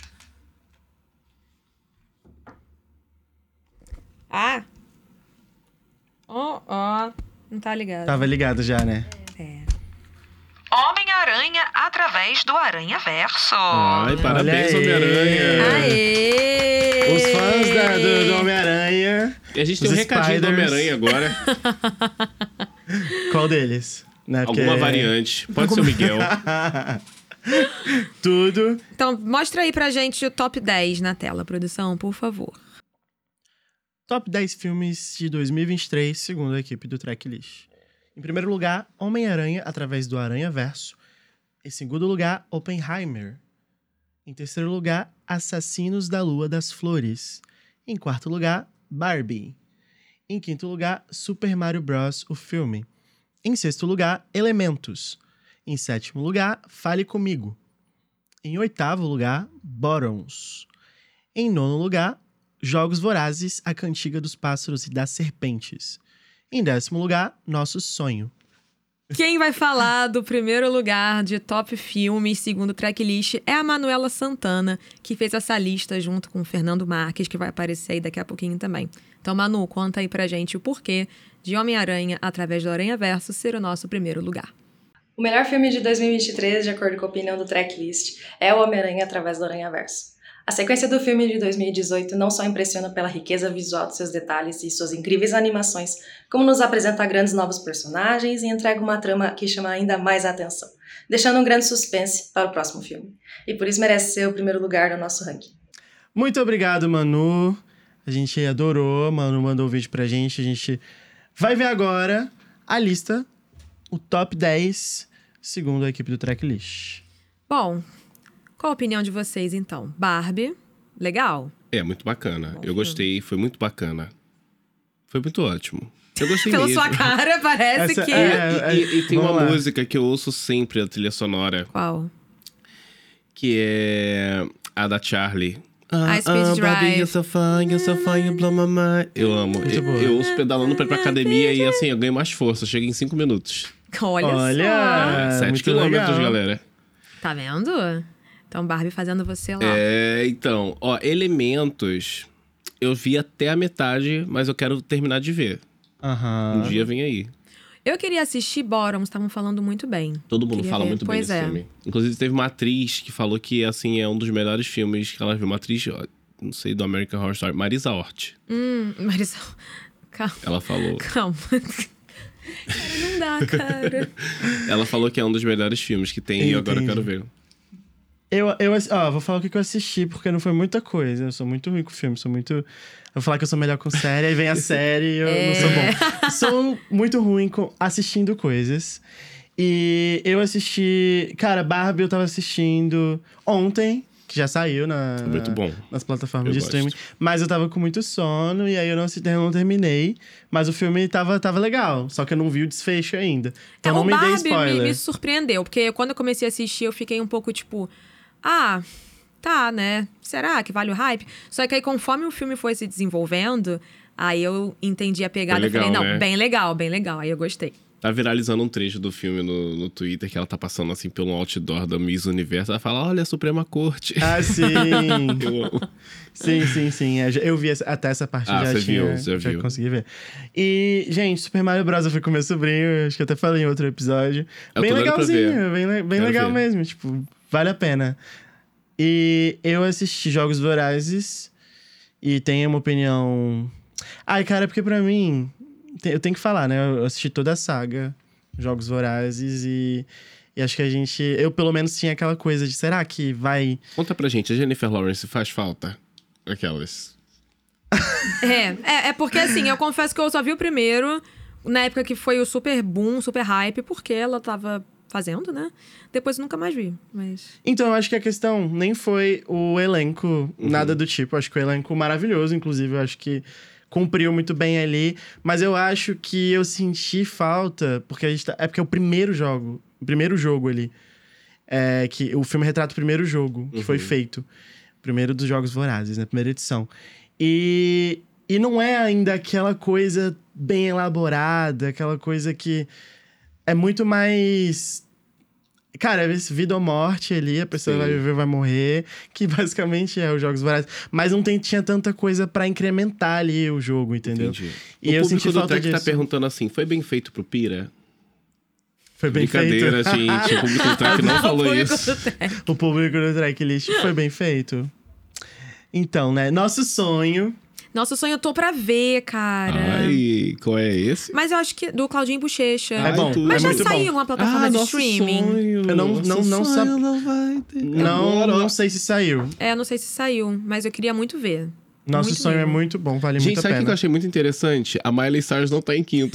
Ah! Não tá ligado. Tava ligado já, né? Homem-Aranha através do Aranhaverso. Ai, parabéns, Olha aí. Homem-Aranha. Aê! Os fãs do Homem-Aranha. E a gente tem Os um recadinho do Spiders. Homem-Aranha agora. Qual deles? Né? Alguma variante. Pode ser o Miguel. Tudo. Então, mostra aí pra gente o top 10 na tela, produção, por favor. Top 10 filmes de 2023, segundo a equipe do Tracklist. Em primeiro lugar, Homem-Aranha através do Aranhaverso. Em segundo lugar, Oppenheimer. Em terceiro lugar, Assassinos da Lua das Flores. Em quarto lugar, Barbie. Em quinto lugar, Super Mario Bros. O filme. Em sexto lugar, Elementos. Em sétimo lugar, Fale Comigo. Em oitavo lugar, Bottoms. Em nono lugar, Jogos Vorazes, A Cantiga dos Pássaros e das Serpentes. Em décimo lugar, Nosso Sonho. Quem vai falar do primeiro lugar de top filmes, segundo o Tracklist, é a Manuela Santana, que fez essa lista junto com o Fernando Marques, que vai aparecer aí daqui a pouquinho também. Então, Manu, conta aí pra gente o porquê de Homem-Aranha através do Aranhaverso ser o nosso primeiro lugar. O melhor filme de 2023, de acordo com a opinião do Tracklist, é o Homem-Aranha através do Aranhaverso. A sequência do filme de 2018 não só impressiona pela riqueza visual de seus detalhes e suas incríveis animações, como nos apresenta grandes novos personagens e entrega uma trama que chama ainda mais a atenção, deixando um grande suspense para o próximo filme. E por isso merece ser o primeiro lugar no nosso ranking. Muito obrigado, Manu. A gente adorou. Manu mandou o vídeo pra gente. A gente vai ver agora a lista, o top 10, segundo a equipe do Tracklist. Bom, qual a opinião de vocês, então? Barbie, legal? É, muito bacana. Bom Eu filme. gostei, foi muito bacana. Foi muito ótimo. Eu gostei Pela mesmo. sua cara, parece Essa que... E tem Vamos uma lá. música que eu ouço sempre, a trilha sonora, Qual? que é a da Charlie. Speed Drive. You're so fun, you blow my mind. Eu amo. Muito boa. Eu ouço pedalando pra ir pra academia e assim, eu ganho mais força. Chega em 5 minutos. Olha 7 muito quilômetros, legal. galera. só. Tá vendo? Então, Barbie fazendo você lá. Então, Elementos, eu vi até a metade, mas eu quero terminar de ver. Aham. Um dia vem aí. Eu queria assistir Bottoms, estavam falando muito bem. Todo mundo Queria fala ver. muito bem Pois desse é. filme. Inclusive, teve uma atriz que falou que, assim, é um dos melhores filmes que ela viu. Uma atriz, não sei, do American Horror Story. Marisa Hort. Marisa, calma, Ela falou. calma. Cara, não dá, cara. Ela falou que é um dos melhores filmes que tem e agora eu quero ver. Vou falar o que eu assisti, porque não foi muita coisa. Eu sou muito ruim com filme, Vou falar que eu sou melhor com série, aí vem a série e eu não sou bom. Sou muito ruim com assistindo coisas. E eu assisti... Cara, Barbie eu tava assistindo ontem, que já saiu Muito bom. nas plataformas Eu de gosto. streaming. Mas eu tava com muito sono e aí eu não terminei. Mas o filme tava legal, só que eu não vi o desfecho ainda. Então não o me dê Barbie spoiler. me surpreendeu, porque quando eu comecei a assistir, eu fiquei um pouco tipo... Ah, tá, né? Será que vale o hype? Só que aí, conforme o filme foi se desenvolvendo, aí eu entendi a pegada. Foi legal, falei, não, né? bem legal. Aí eu gostei. Tá viralizando um trecho do filme no Twitter, que ela tá passando, assim, pelo outdoor da Miss Universo. Ela fala, olha, a Suprema Corte. Ah, sim! Eu amo. Sim. Eu vi até essa parte, Ah, já você tinha. viu, já viu. consegui ver. E, gente, Super Mario Bros. Eu fui com meu sobrinho, acho que eu até falei em outro episódio. Eu Bem tô doido pra legalzinho, ver. bem Quero legal ver. mesmo, tipo, vale a pena. E eu assisti Jogos Vorazes e tenho uma opinião... Ai, cara, porque pra mim... Eu tenho que falar, né? Eu assisti toda a saga. Jogos Vorazes e acho que eu pelo menos tinha aquela coisa de, será que vai... Conta pra gente, a Jennifer Lawrence faz falta? Aquelas... É porque assim, eu confesso que eu só vi o primeiro, na época que foi o super boom, super hype, porque ela tava fazendo, né? Depois eu nunca mais vi, mas... Então, eu acho que a questão nem foi o elenco, nada do tipo. Eu acho que o elenco maravilhoso, inclusive, eu acho que cumpriu muito bem ali. Mas eu acho que eu senti falta, porque é porque é o primeiro jogo ali. Que o filme retrata o primeiro jogo que foi feito. O primeiro dos Jogos Vorazes, né? Primeira edição. E não é ainda aquela coisa bem elaborada, aquela coisa que é muito mais... Cara, vida ou morte ali, a pessoa vai viver ou vai morrer, que basicamente é os Jogos Vorazes. Mas não tinha tanta coisa pra incrementar ali o jogo, entendeu? Entendi. E eu senti falta disso. O público do Trek tá perguntando assim, foi bem feito pro Pira? Foi bem feito. Brincadeira, gente. O público do Trek não falou isso. O público do Tracklist foi bem feito. Então, né? Nosso sonho eu tô pra ver, cara. Ai, qual é esse? Mas eu acho que do Claudinho Bochecha. É bom. Mas já muito saiu em bom. alguma plataforma de streaming? Sonho. Eu não sonho não vai ter. não sei se saiu. Não sei se saiu, mas eu queria muito ver. Nosso Muito sonho mesmo. é muito bom, vale Gente, muito a sabe o que eu pena. achei muito interessante? A Miley Cyrus não tá em quinto.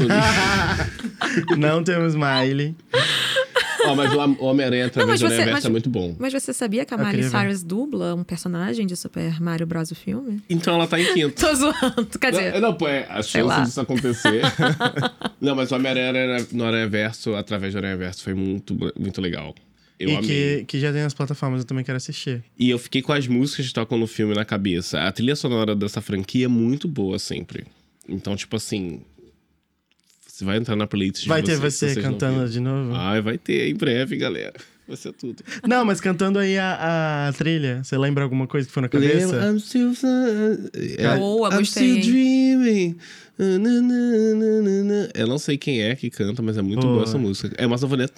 Não temos Miley. Mas o Homem-Aranha através do Universo é muito bom. Mas você sabia que a Eu Miley queria ver. Cyrus dubla um personagem de Super Mario Bros. O filme? Então ela tá em quinto. Tô zoando, quer dizer... Não, pô, a sei lá. chance disso acontecer. Não, mas o Homem-Aranha no Aranha-Verso, através do Aranha-Verso, foi muito, muito legal. Eu amei. Que já tem nas plataformas, eu também quero assistir. E eu fiquei com as músicas que tocam no filme na cabeça. A trilha sonora dessa franquia é muito boa sempre. Então, tipo assim... Você vai entrar na playlist de Vai vocês, ter você se vocês não cantando viram. de novo? Ai, vai ter em breve, galera. Vai ser tudo. Não, mas cantando aí a trilha. Você lembra alguma coisa que foi na cabeça? I'm still, Boa, I'm gostei. still dreaming. Eu não sei quem é que canta, mas é muito boa essa música. É uma sanfonia.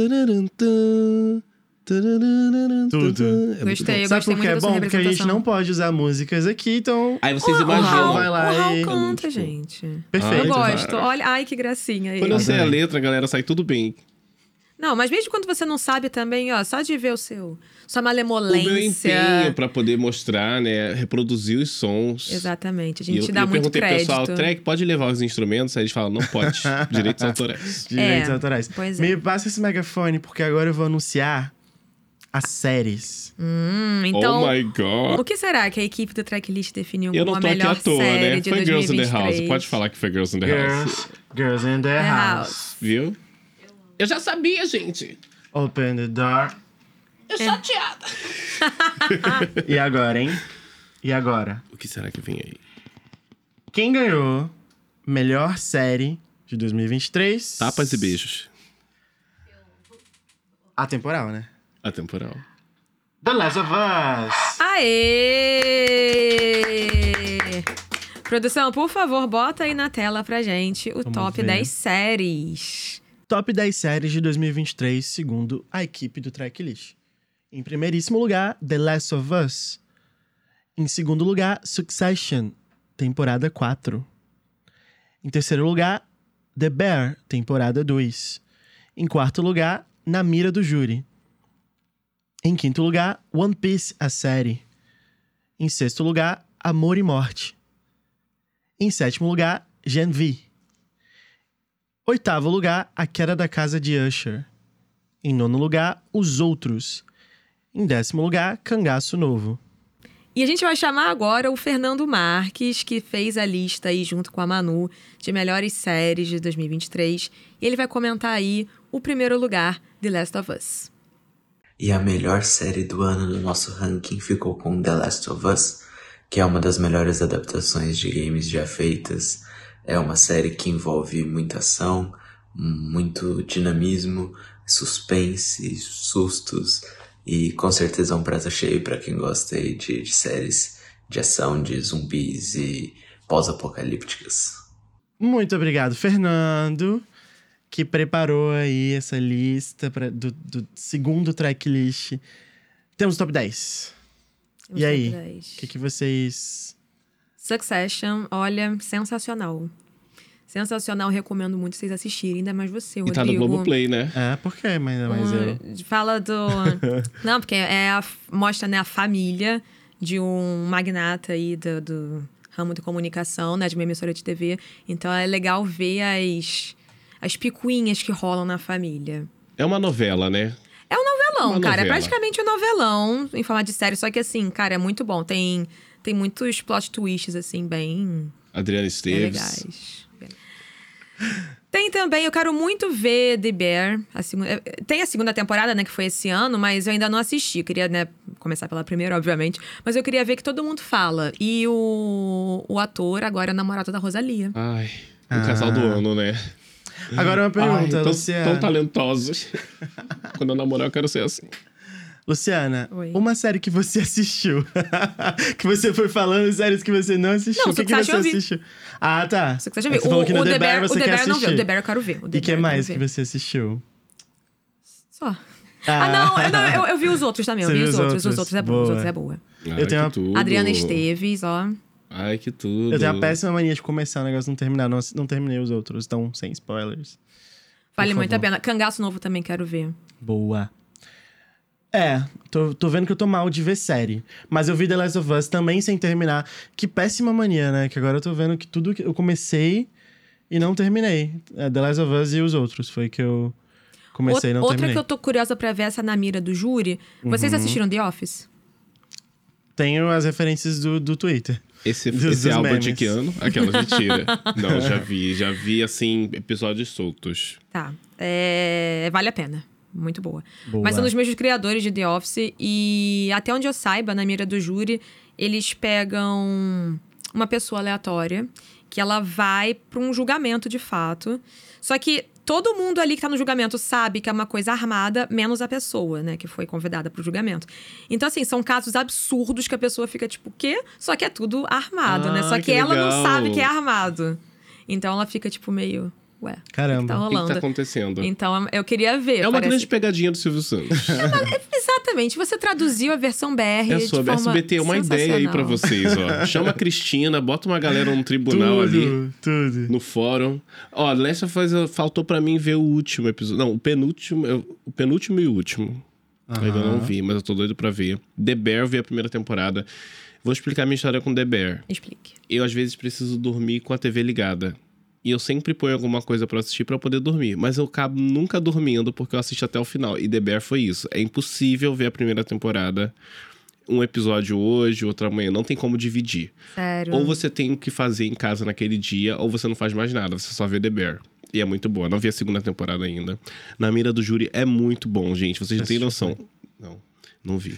Tudo. É muito Gostei, bom. Sabe por que é muito dessa bom? Porque a gente representação. não pode usar músicas aqui, então... Aí vocês O imaginam. Raul vai lá O Raul e... canta, gente. Perfeito. Eu gosto. exato. Olha, ai, que gracinha. Quando eu ele. sei a letra, galera, sai tudo bem. Não, mas mesmo quando você não sabe também, ó, só de ver sua O meu malemolência. empenho pra poder mostrar, né? Reproduzir os sons. Exatamente, a E gente eu, dá eu muito perguntei pro crédito. pessoal, Trek, pode levar os instrumentos? Aí eles falam, não pode. Direitos autorais. Direitos autorais. pois é. Me passa esse megafone, porque agora eu vou anunciar as séries. Então, Oh my God. o que será que a equipe do Tracklist definiu Eu como não a tô aqui melhor à toa, série né? de Foi Girls in 2023? the House. Pode falar que foi Girls in the House. Girls in the house. House. Viu? Eu já sabia, gente. Open the door. Eu chateada. E agora, hein? E agora? O que será que vem aí? Quem ganhou melhor série de 2023? Tapas e beijos. Atemporal, né? Atemporal. The Last of Us. Aê! Produção, por favor, bota aí na tela pra gente o top ver. 10 séries. Top 10 séries de 2023, segundo a equipe do Tracklist. Em primeiríssimo lugar, The Last of Us. Em segundo lugar, Succession, temporada 4. Em terceiro lugar, The Bear, temporada 2. Em quarto lugar, Na Mira do Júri. Em quinto lugar, One Piece, a série. Em sexto lugar, Amor e Morte. Em sétimo lugar, Gen V. Oitavo lugar, A Queda da Casa de Usher. Em nono lugar, Os Outros. Em 10º lugar, Cangaço Novo. E a gente vai chamar agora o Fernando Marques, que fez a lista aí junto com a Manu de melhores séries de 2023. E ele vai comentar aí o primeiro lugar, The Last of Us. E a melhor série do ano no nosso ranking ficou com The Last of Us, que é uma das melhores adaptações de games já feitas. É uma série que envolve muita ação, muito dinamismo, suspense, sustos e com certeza um prato cheio para quem gosta aí de séries de ação, de zumbis e pós-apocalípticas. Muito obrigado, Fernando, que preparou aí essa lista do segundo tracklist. Temos o top 10. E aí, o que vocês... Succession, olha, sensacional. Sensacional, recomendo muito vocês assistirem. Ainda mais você, E Rodrigo. tá no Globoplay, né? Por quê? Mas eu... Fala do... Não, porque mostra, né, a família de um magnata aí do ramo de comunicação, né, de uma emissora de TV. Então é legal ver as picuinhas que rolam na família. É uma novela, né? É um novelão, Uma cara. novela. É praticamente um novelão em forma de série. Só que, assim, cara, é muito bom. Tem muitos plot twists, assim, bem Adriana Esteves. legais. Tem também, eu quero muito ver The Bear. Tem a segunda temporada, né, que foi esse ano, mas eu ainda não assisti. Eu queria, né, começar pela primeira, obviamente. Mas eu queria ver que todo mundo fala. E o ator agora é namorado da Rosalía. Ai, o casal do ano, né? Agora uma pergunta, Luciana. Tão talentosos. Quando eu namorar, eu quero ser assim. Luciana, Oi. uma série que você assistiu. Que você foi falando séries que você não assistiu. Não, o que Succession você eu vi. assistiu? Ah, tá. Você já É viu. que você falou que no The Bear você quer não assistir. viu. O The Bear eu quero ver. E que mais que você assistiu? Só. Não, eu vi os outros também. Eu Você vi viu os os outros. Os outros? outros é bom. Boa. Os outros é boa. Ai, tenho que uma- tudo. Adriana Esteves, ó. Ai, que tudo. Eu tenho a péssima mania de começar o negócio e não terminar. Não terminei os outros, então sem spoilers. Vale Por muito a favor. pena. Cangaço Novo também quero ver. Boa. Tô vendo que eu tô mal de ver série. Mas eu vi The Last of Us também sem terminar. Que péssima mania, né? Que agora eu tô vendo que tudo que eu comecei e não terminei. The Last of Us e os outros. Foi que eu comecei e não Outra terminei. que eu tô curiosa pra ver, essa na mira do júri. Vocês assistiram The Office? Tenho as referências do Twitter. Esse Dos álbum memes. de que ano? Aquela mentira. Não, já vi, assim, episódios soltos. Tá. Vale a pena. Muito boa. Boa. Mas são dos mesmos criadores de The Office. E até onde eu saiba, na mira do júri, eles pegam uma pessoa aleatória que ela vai pra um julgamento de fato. Só que todo mundo ali que tá no julgamento sabe que é uma coisa armada, menos a pessoa, né, que foi convidada pro julgamento. Então, assim, são casos absurdos que a pessoa fica tipo, o quê? Só que é tudo armado, né? Só que ela não legal. sabe que é armado. Então ela fica tipo meio, ué, Caramba. o que tá O que rolando? tá acontecendo? Então, eu queria ver. É uma parece- grande pegadinha do Silvio Santos. Exatamente. Você traduziu a versão BR É de sobre forma SBT, uma ideia aí pra sensacional. vocês, ó. Chama a Cristina, bota uma galera no tribunal ali, Tudo. no fórum. Ó, Last of Us faltou pra mim ver o último episódio. Não, o penúltimo e o último. Ainda não vi, mas eu tô doido pra ver. The Bear, eu vi a primeira temporada. Vou explicar minha história com The Bear. Explique. Eu, às vezes, preciso dormir com a TV ligada. E eu sempre ponho alguma coisa pra assistir pra poder dormir. Mas eu acabo nunca dormindo porque eu assisto até o final. E The Bear foi isso. É impossível ver a primeira temporada. Um episódio hoje, outro amanhã. Não tem como dividir. Sério. Ou você tem o que fazer em casa naquele dia, ou você não faz mais nada. Você só vê The Bear. E é muito boa. Não vi a segunda temporada ainda. Na mira do júri é muito bom, gente. Vocês não têm noção. Não vi.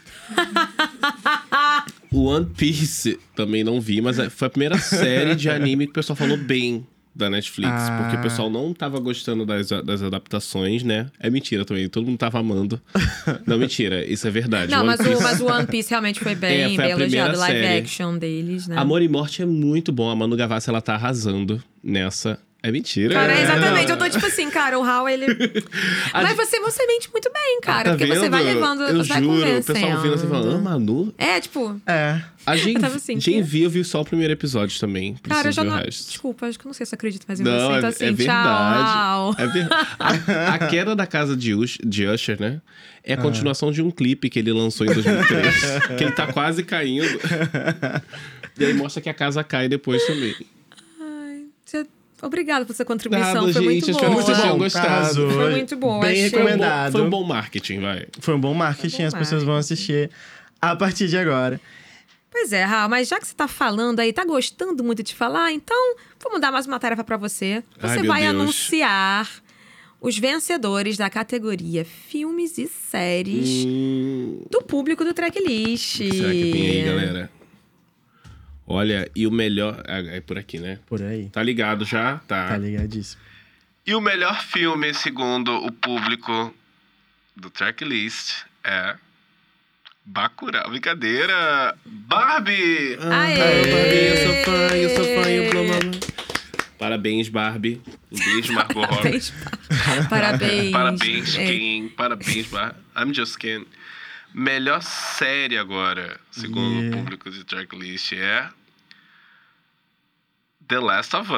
O One Piece também não vi, mas foi a primeira série de anime que o pessoal falou bem da Netflix. Porque o pessoal não tava gostando das adaptações, né? É mentira também, todo mundo tava amando. Não, mentira, isso é verdade. Não, One mas Piece- o One Piece realmente foi bem, foi a bem elogiado. primeira Live série. action deles, né? Amor e Morte é muito bom. A Manu Gavassi, ela tá arrasando nessa. É mentira. Cara, exatamente. Eu tô tipo assim, cara, o Hal, ele... Mas você mente muito bem, cara. Tá porque você vai vendo? levando, Eu você vai juro, o convencendo. pessoal ouvindo assim falando, Manu? É, tipo... A Gen, Eu tava assim, Gen que- V, eu vi só o primeiro episódio também. Cara, eu já preciso ver não... o resto. Desculpa, acho que eu não sei se eu acredito mais em Não, você. Então é assim, verdade. tchau. É a queda da casa de Usher, né? É a continuação de um clipe que ele lançou em 2003. Que ele tá quase caindo. E aí mostra que a casa cai depois também. Obrigada por sua contribuição. Nada, Foi muito gente, espero boa. que vocês tenham gostado. Arrasou. Foi muito boa. Bem achei. recomendado. Foi um bom marketing, vai. Foi um bom marketing, as pessoas vão assistir a partir de agora. Pois é, Raul, mas já que você tá falando aí, tá gostando muito de falar, então vamos dar mais uma tarefa pra você. Ai, Você meu vai Deus. anunciar os vencedores da categoria Filmes e Séries do público do Tracklist. O que será que tem aí, galera? Olha, e o melhor... É por aqui, né? Por aí. Tá ligado já? Tá ligadíssimo. E o melhor filme, segundo o público do Tracklist, é... Bacurau. Brincadeira! Barbie! Aê! Barbie, eu sou fã, eu blá, blá, blá. Parabéns, Barbie. Um beijo, Margot Robbie. Parabéns. Parabéns, É. Ken. Parabéns, Barbie. I'm just Ken. Melhor série agora, segundo o público de Tracklist, é... The Last of Us.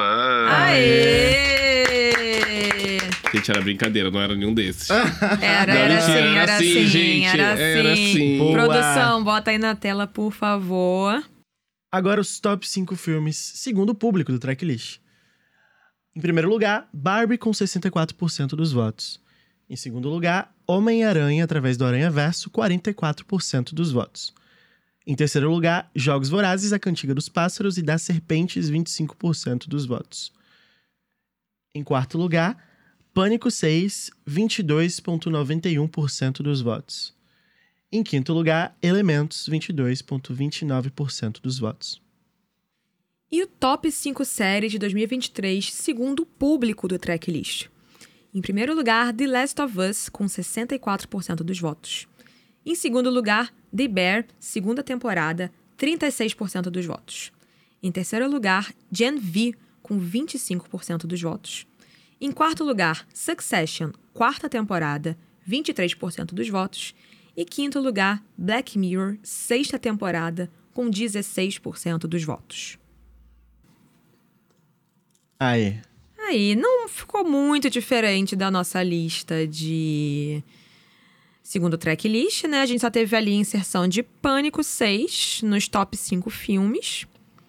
Aê! Gente, era brincadeira, não era nenhum desses. Era sim, gente. era assim. Boa. Produção, bota aí na tela, por favor. Agora os top 5 filmes, segundo o público do Tracklist. Em primeiro lugar, Barbie com 64% dos votos. Em segundo lugar, Homem-Aranha através do Aranhaverso, 44% dos votos. Em terceiro lugar, Jogos Vorazes, A Cantiga dos Pássaros e das Serpentes, 25% dos votos. Em quarto lugar, Pânico 6, 22,91% dos votos. Em quinto lugar, Elementos, 22,29% dos votos. E o top 5 séries de 2023, segundo o público do Tracklist. Em primeiro lugar, The Last of Us, com 64% dos votos. Em segundo lugar, The Bear, segunda temporada, 36% dos votos. Em terceiro lugar, Gen V, com 25% dos votos. Em quarto lugar, Succession, quarta temporada, 23% dos votos. E quinto lugar, Black Mirror, sexta temporada, com 16% dos votos. Aí. Aí, não ficou muito diferente da nossa lista de... Segundo o Tracklist, né? A gente só teve ali a inserção de Pânico 6 nos top 5 filmes.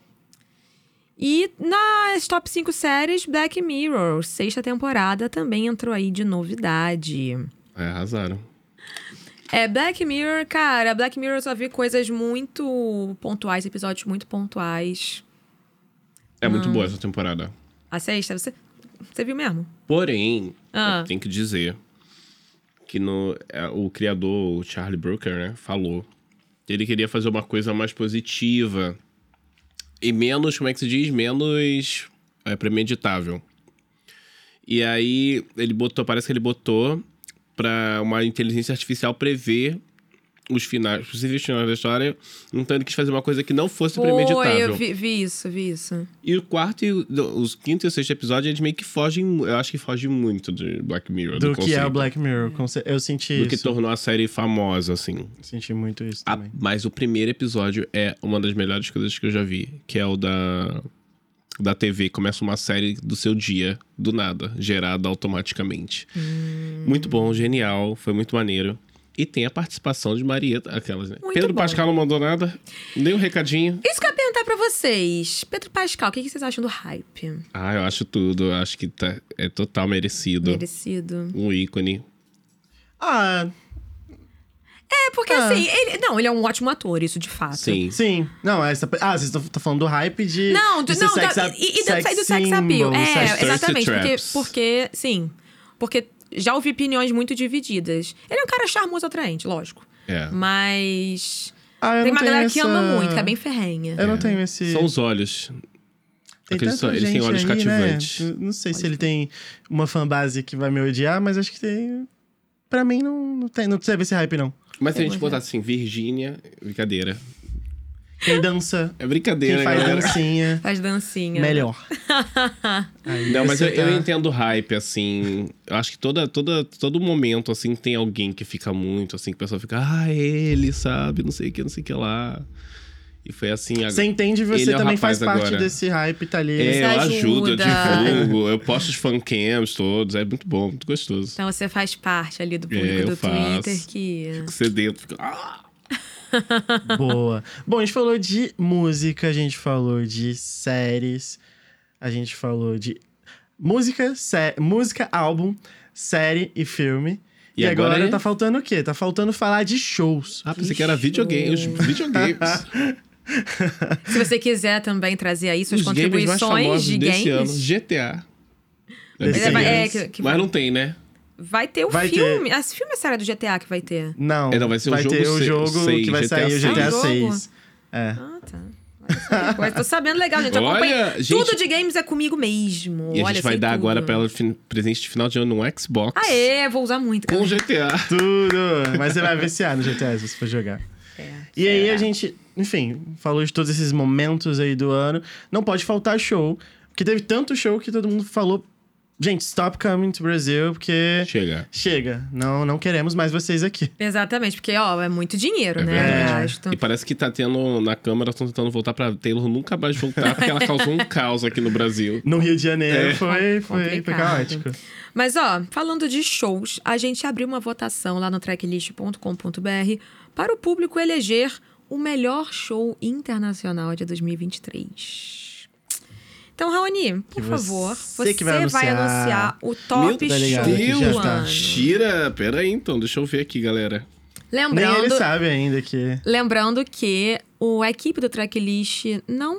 E nas top 5 séries, Black Mirror, sexta temporada, também entrou aí de novidade. Arrasaram. Black Mirror, cara, Black Mirror eu só vi coisas muito pontuais, episódios muito pontuais. É muito boa essa temporada. A sexta, você viu mesmo? Porém, eu tenho que dizer que o criador, o Charlie Brooker, né, falou que ele queria fazer uma coisa mais positiva e menos, como é que se diz? Menos premeditável. E aí, parece que ele botou pra uma inteligência artificial prever os possíveis finais da história, então ele quis fazer uma coisa que não fosse premeditável. Eu vi isso. E o quarto, os quinto e o sexto episódio, eles meio que fogem, eu acho que fogem muito de Black Mirror. Do que é o Black Mirror, eu senti isso. Do que tornou a série famosa, assim. Senti muito isso também. Mas o primeiro episódio é uma das melhores coisas que eu já vi, que é o da TV. Começa uma série do seu dia, do nada, gerada automaticamente. Muito bom, genial, foi muito maneiro. E tem a participação de Marieta, aquelas, né? Pedro Pascal não mandou nada, nem um recadinho. Isso que eu ia perguntar pra vocês. Pedro Pascal, o que vocês acham do hype? Eu acho tudo. Eu acho que é total merecido. Um ícone. Porque assim, ele é um ótimo ator, isso de fato. Sim. Não, vocês estão falando do hype de... E do sex appeal. Exatamente. Porque, sim. Porque já ouvi opiniões muito divididas. Ele é um cara charmoso, atraente, lógico. Mas... tem uma galera que ama muito, que é bem ferrenha. Eu não tenho esse... São os olhos. Eles têm olhos aí, cativantes. Né? Não sei se ele tem uma fanbase que vai me odiar, mas acho que tem... Pra mim, não teve esse hype, não. Mas se a gente botar assim, Virgínia, brincadeira. Quem dança. É brincadeira, quem faz galera. dancinha. Faz dancinha. Melhor. Não, mas eu entendo o hype, assim. Eu acho que todo momento, assim, tem alguém que fica muito, assim, que o pessoal fica... ele, sabe? Não sei o que lá. E foi assim... Você entende, você também faz parte agora. Desse hype, tá ali. Eu ajudo, eu divulgo, eu posto os fancams todos. É muito bom, muito gostoso. Então você faz parte ali do público do Twitter que... Fico sedento, fico... Boa. Bom, a gente falou de música, a gente falou de séries, a gente falou de música, álbum, série e filme. E agora tá faltando o quê? Tá faltando falar de shows. Pensei que era videogames. Se você quiser também trazer aí suas contribuições de games. Desse ano, GTA. Mas não tem, né? Vai ter o filme. Esse filme é série do GTA que vai ter? Não. Vai ser vai ter o jogo 6, que vai sair, o GTA 6. Tá. Tô sabendo legal, gente. Acompanha. Tudo de games é comigo mesmo. E a gente vai dar agora pra ela presente de final de ano um Xbox. Vou usar muito. Com GTA. Tudo. Mas você vai viciar no GTA se você for jogar. E aí a gente, enfim, falou de todos esses momentos aí do ano. Não pode faltar show. Porque teve tanto show que todo mundo falou Gente, stop coming to Brazil, porque... Chega. Não queremos mais vocês aqui. Exatamente, porque, ó, é muito dinheiro, né? Verdade. E parece que tá tendo, na Câmara, estão tentando voltar pra Taylor nunca mais voltar, porque ela causou um caos aqui no Brasil. No Rio de Janeiro foi caótico. Mas, ó, falando de shows, a gente abriu uma votação lá no tracklist.com.br para o público eleger o melhor show internacional de show. Então, Raoni, por favor, você vai anunciar o top show do ano. Mentira! Pera aí, então. Deixa eu ver aqui, galera. Nem ele sabe ainda que... Lembrando que a equipe do Tracklist não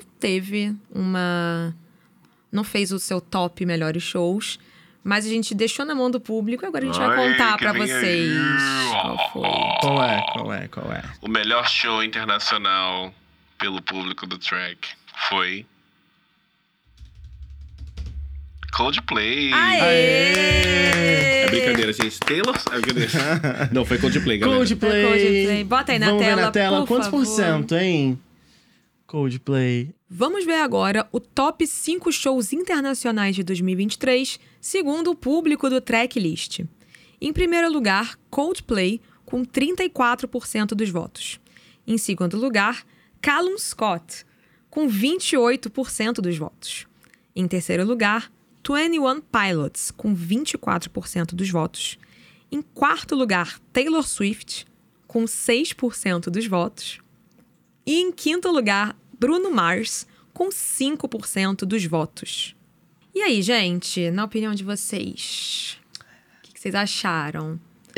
fez o seu top melhores shows, mas a gente deixou na mão do público e agora a gente vai contar pra vocês qual foi. Qual é? O melhor show internacional pelo público do Track foi... Coldplay. Aê! É brincadeira, gente. Taylor? Não, foi Coldplay, galera. Coldplay. Bota aí na Vamos tela, ver na tela. Quantos por por cento, hein? Coldplay. Vamos ver agora o top 5 shows internacionais de 2023, segundo o público do Tracklist. Em primeiro lugar, Coldplay, com 34% dos votos. Em segundo lugar, Callum Scott, com 28% dos votos. Em terceiro lugar, 21 Pilots, com 24% dos votos. Em quarto lugar, Taylor Swift, com 6% dos votos. E em quinto lugar, Bruno Mars, com 5% dos votos. E aí, gente, na opinião de vocês, o que vocês acharam?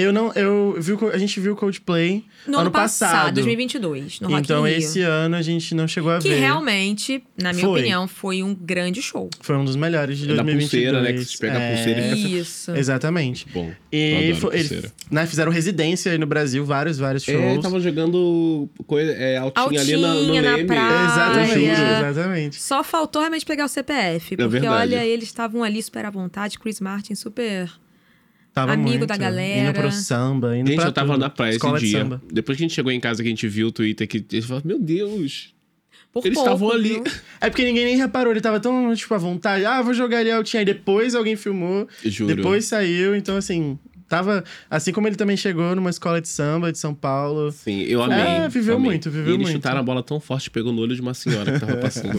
A gente viu Coldplay no ano passado, 2022, no Rock in Então, Rio. Esse ano a gente não chegou a ver. Que realmente, na minha opinião, foi um grande show. Foi um dos melhores de 2022. Da pulseira, né? Que você pega a pulseira e fica... Isso. Exatamente. Bom, eles fizeram residência aí no Brasil, vários shows. Estavam jogando altinha ali no na Leme. praia. Exatamente. Só faltou realmente pegar o CPF. Porque, olha, eles estavam ali super à vontade. Chris Martin super... Tava amigo muito, da galera. Indo pro samba, indo gente, pra eu tava tudo. na praia Escola esse de dia. Samba. Depois que a gente chegou em casa, que a gente viu o Twitter, que eles falaram, meu Deus... Eles estavam ali. Viu? É porque ninguém nem reparou, ele tava tão, à vontade. Vou jogar ali altinha. Aí depois alguém filmou. Juro. Depois saiu, então assim... Tava... Assim como ele também chegou numa escola de samba de São Paulo. Sim, eu amei. Viveu muito. E eles chutaram a bola tão forte, pegou no olho de uma senhora que tava passando.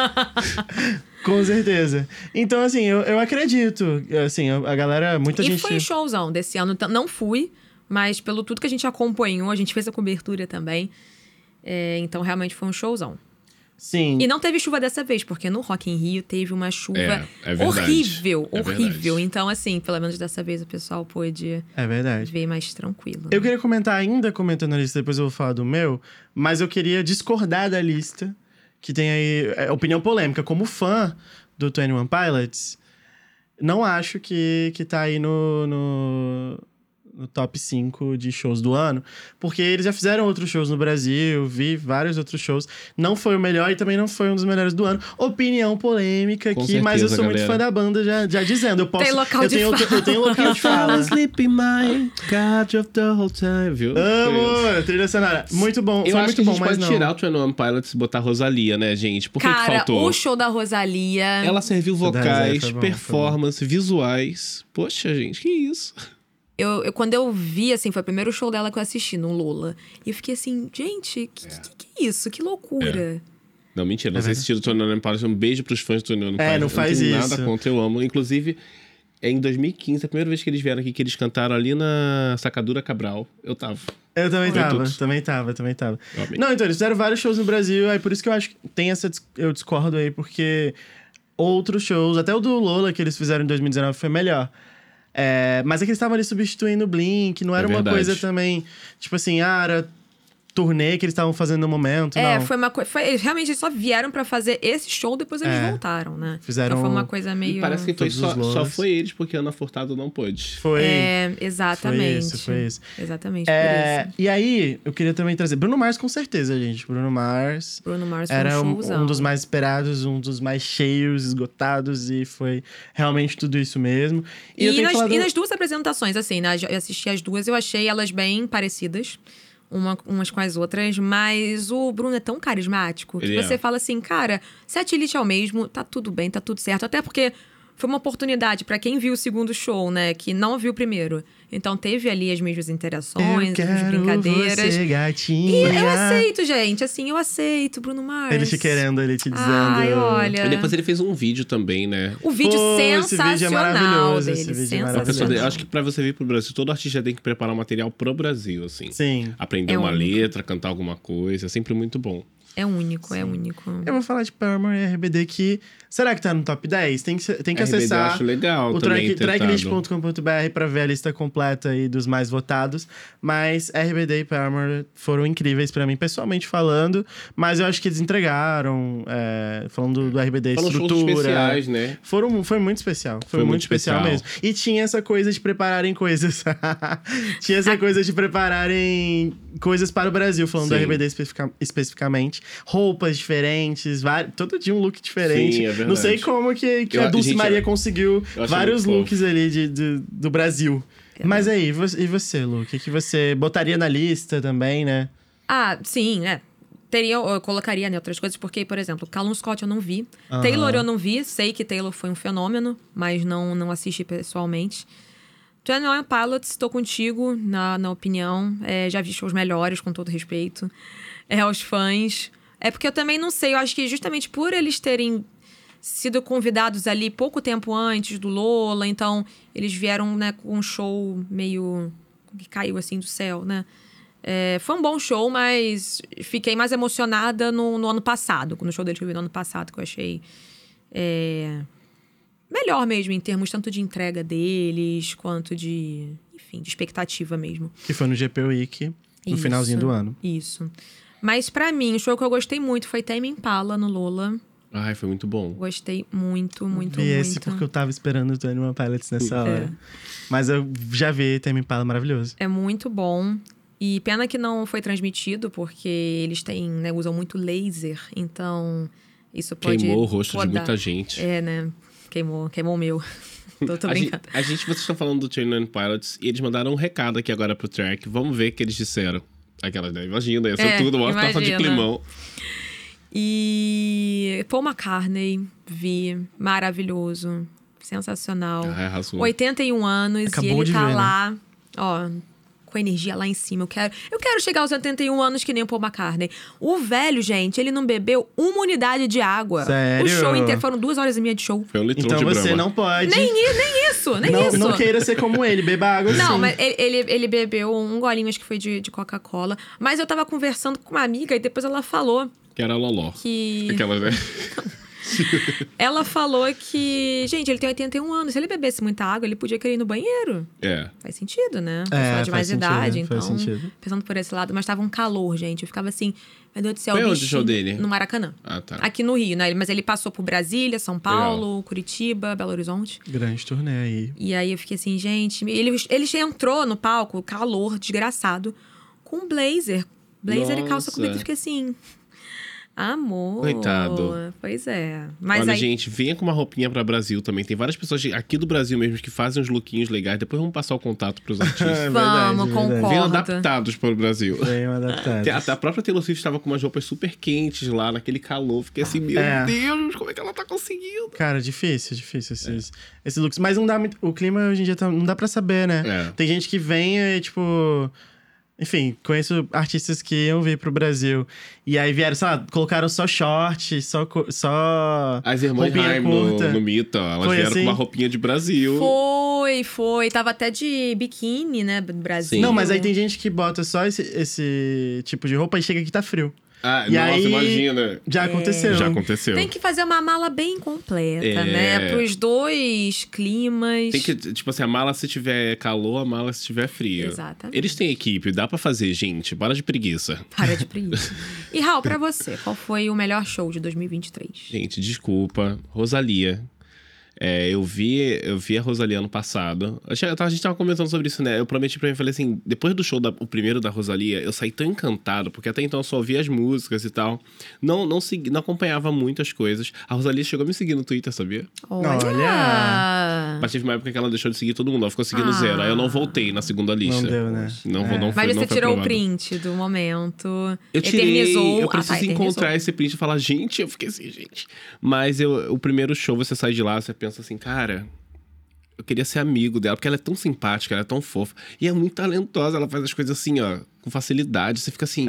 Com certeza. Então, assim, eu acredito. Assim, a galera, muita gente... E foi um showzão desse ano. Não fui, mas pelo tudo que a gente acompanhou, a gente fez a cobertura também. Então, realmente foi um showzão. Sim. E não teve chuva dessa vez, porque no Rock in Rio teve uma chuva horrível. Verdade. Então, assim, pelo menos dessa vez o pessoal pôde ver mais tranquilo. Eu queria comentar, ainda comentando a lista, depois eu vou falar do meu, mas eu queria discordar da lista, que tem aí opinião polêmica. Como fã do 21 Pilots, não acho que tá aí no top 5 de shows do ano, porque eles já fizeram outros shows no Brasil, vi vários outros shows. Não foi o melhor e também não foi um dos melhores do ano. Opinião polêmica aqui, certeza, mas eu sou galera. muito fã da banda, já dizendo. Eu posso, Tem local de fala. Eu tenho local de fala. Sleeping my God of the whole time, viu? Amor, trilha sonora. Muito bom. Eu foi acho muito que a bom, gente mas pode não. tirar o 21 Pilots e botar a Rosalia, né, gente? Por que faltou? O show da Rosalia... Ela serviu vocais, foi bom, performance, visuais. Poxa, gente, que isso? Quando eu vi, assim, foi o primeiro show dela que eu assisti, no Lola. E eu fiquei assim, gente, que é isso? Que loucura. Não, mentira, não sei se assistiu o 21 Pilots. Um beijo pros fãs do 21 Pilots. não faz eu não tenho isso. nada contra, eu amo. Inclusive, em 2015, a primeira vez que eles vieram aqui, que eles cantaram ali na Sacadura Cabral, eu tava. Eu também Foi tava, tudo. também tava. Eu amei. Não, então, eles fizeram vários shows no Brasil, aí por isso que eu acho que tem essa... Eu discordo aí, porque outros shows, até o do Lola que eles fizeram em 2019 foi melhor. Mas é que eles estavam ali substituindo o Blink, não era uma verdade. coisa também... Tipo assim, era turnê que eles estavam fazendo no momento, não. Foi uma coisa... Eles realmente só vieram pra fazer esse show, depois eles voltaram, né? Fizeram... Então foi uma coisa meio... E parece que foi Todos os só Lolas. foi eles, porque a Ana Furtado não pôde. Foi. Exatamente. Foi isso. Exatamente, por isso. E aí, eu queria também trazer... Bruno Mars, com certeza, gente. Bruno Mars Bruno Mars foi era um showzão. um dos mais esperados, um dos mais cheios, esgotados. E foi realmente tudo isso mesmo. E, eu tenho que falar nas duas apresentações, assim, né? Eu assisti as duas, eu achei elas bem parecidas. Umas com as outras, mas o Bruno é tão carismático que você fala assim, cara, setlist é o mesmo, tá tudo bem, tá tudo certo. Até porque foi uma oportunidade pra quem viu o segundo show, né? Que não viu o primeiro. Então teve ali as mesmas interações, as brincadeiras. Você, gatinha. E eu aceito, gente. Assim, eu aceito, Bruno Mars. Ele te querendo, ele te dizendo. Ai, olha. E depois ele fez um vídeo também, né? O vídeo sensacional esse vídeo é maravilhoso, dele. esse vídeo é Sensacional. maravilhoso. Eu acho que pra você vir pro Brasil, todo artista tem que preparar um material pro Brasil, assim. Sim. Aprender É uma único. letra, cantar alguma coisa, é sempre muito bom. É único, é único. Eu vou falar de Paramore e RBD que... Será que tá no top 10? Tem que RBD acessar... eu acho legal o também ter tracklist.com.br pra ver a lista completa aí dos mais votados. Mas RBD e Paramore foram incríveis pra mim, pessoalmente falando. Mas eu acho que eles entregaram, falando do RBD, Foram shows estrutura. especiais, né? Foi muito especial. Foi muito especial mesmo. E tinha essa coisa de prepararem coisas. Tinha essa coisa de prepararem coisas para o Brasil, falando do Sim. RBD especificamente. Roupas diferentes, todo dia um look diferente. Sim, é verdade. Não sei como que a Dulce gente, Maria conseguiu eu achei vários muito looks ali do Brasil. Mas aí, e você, Lu? O que você botaria na lista também, né? Ah, sim, eu colocaria, né, outras coisas, porque, por exemplo, Callum Scott eu não vi. Taylor eu não vi, sei que Taylor foi um fenômeno, mas não assisti pessoalmente. 21 Pilots, estou contigo na opinião. Já vi shows melhores, com todo respeito. Aos fãs. É porque eu também não sei, eu acho que justamente por eles terem sido convidados ali pouco tempo antes do Lola, então eles vieram, né, com um show meio que caiu assim do céu, né? Foi um bom show, mas fiquei mais emocionada no ano passado, no show deles que eu vi no ano passado, que eu achei melhor mesmo, em termos tanto de entrega deles, quanto de expectativa mesmo. Que foi no GP Week, no finalzinho do ano. Isso. Mas pra mim, o show que eu gostei muito foi Tame Impala no Lola. Ai, foi muito bom. Gostei muito, muito, E muito. esse porque eu tava esperando o 21 Pilots nessa hora. Mas eu já vi Tame Impala maravilhoso. É muito bom. E pena que não foi transmitido, porque eles usam muito laser. Então, isso pode... Queimou o rosto de muita gente. Né? Queimou o meu. Tô brincando. Vocês estão falando do 21 Pilots e eles mandaram um recado aqui agora pro track. Vamos ver o que eles disseram. Aquelas, né? Imagina, ia ser tudo, uma taça de climão. E Paul McCartney, vi, maravilhoso, sensacional. Arrasou. 81 anos. Acabou e ele de tá ver, lá, ó, com energia lá em cima. Eu quero chegar aos 81 anos que nem o Paul McCartney. O velho, gente, ele não bebeu uma unidade de água. Sério? O show inteiro, foram 2 horas e meia de show. Foi um litrão Então de você Brahma. não pode... Nem isso. Não queira ser como ele, beba água sim. Não, mas ele bebeu um golinho, acho que foi de Coca-Cola. Mas eu tava conversando com uma amiga e depois ela falou Que era Loló. que... Aquelas, né? Ela falou que, gente, ele tem 81 anos. Se ele bebesse muita água, ele podia querer ir no banheiro. Faz sentido, né? Pessoa de mais idade, então. Faz sentido. Pensando por esse lado, mas tava um calor, gente. Eu ficava assim, meu Deus do céu. Foi onde o bichinho, show dele? No Maracanã. Ah, tá. Aqui no Rio, né? Mas ele passou por Brasília, São Paulo, Curitiba, Belo Horizonte. Grande turnê aí. E aí eu fiquei assim, gente. Ele entrou no palco, calor, desgraçado, com blazer. Blazer e calça comprida. Eu fiquei assim. Amor. Coitado. Pois é. Mas olha, aí... gente, venha com uma roupinha pra Brasil também. Tem várias pessoas aqui do Brasil mesmo que fazem uns lookinhos legais. Depois vamos passar o contato pros artistas. Vamos, concordo. Venham adaptados para o Brasil. Venham adaptados. A própria Taylor Swift estava com umas roupas super quentes lá, naquele calor. Fiquei assim, meu Deus, como é que ela tá conseguindo? Cara, difícil esses looks. Mas não dá muito... O clima hoje em dia não dá pra saber, né? Tem gente que vem e, tipo... Enfim, conheço artistas que iam vir pro Brasil. E aí vieram, sei lá, colocaram só short, só as irmãs Haim no Mita, elas vieram assim? com uma roupinha de Brasil. Foi. Tava até de biquíni, né, do Brasil. Sim. Não, mas aí tem gente que bota só esse tipo de roupa e chega que tá frio. Ah, e nossa, aí, imagina. Já aconteceu. Já aconteceu. Tem que fazer uma mala bem completa, né? Pros dois climas. Tem que, tipo assim, a mala se tiver calor, a mala se tiver frio. Exatamente. Eles têm equipe, dá pra fazer, gente. Para de preguiça. Para de preguiça. E, Raul, pra você, qual foi o melhor show de 2023? Gente, desculpa. Rosalía. Eu vi a Rosalía ano passado. A gente tava comentando sobre isso, né? Eu prometi pra mim, falei assim, depois do show, o primeiro da Rosalía, eu saí tão encantado, porque até então eu só ouvia as músicas e tal. Não acompanhava muitas coisas. A Rosalía chegou a me seguir no Twitter, sabia? Olha! Mas teve uma época que ela deixou de seguir todo mundo, ela ficou seguindo zero. Aí eu não voltei na segunda lista. Não deu, né? Não foi Mas você tirou aprovado. o print do momento. Eu tirei, eternizou. eu preciso encontrar esse print e falar, gente, eu fiquei assim, gente. Mas o primeiro show, você sai de lá, você pensa assim, cara, eu queria ser amigo dela, porque ela é tão simpática, ela é tão fofa. E é muito talentosa, ela faz as coisas assim, ó, com facilidade. Você fica assim...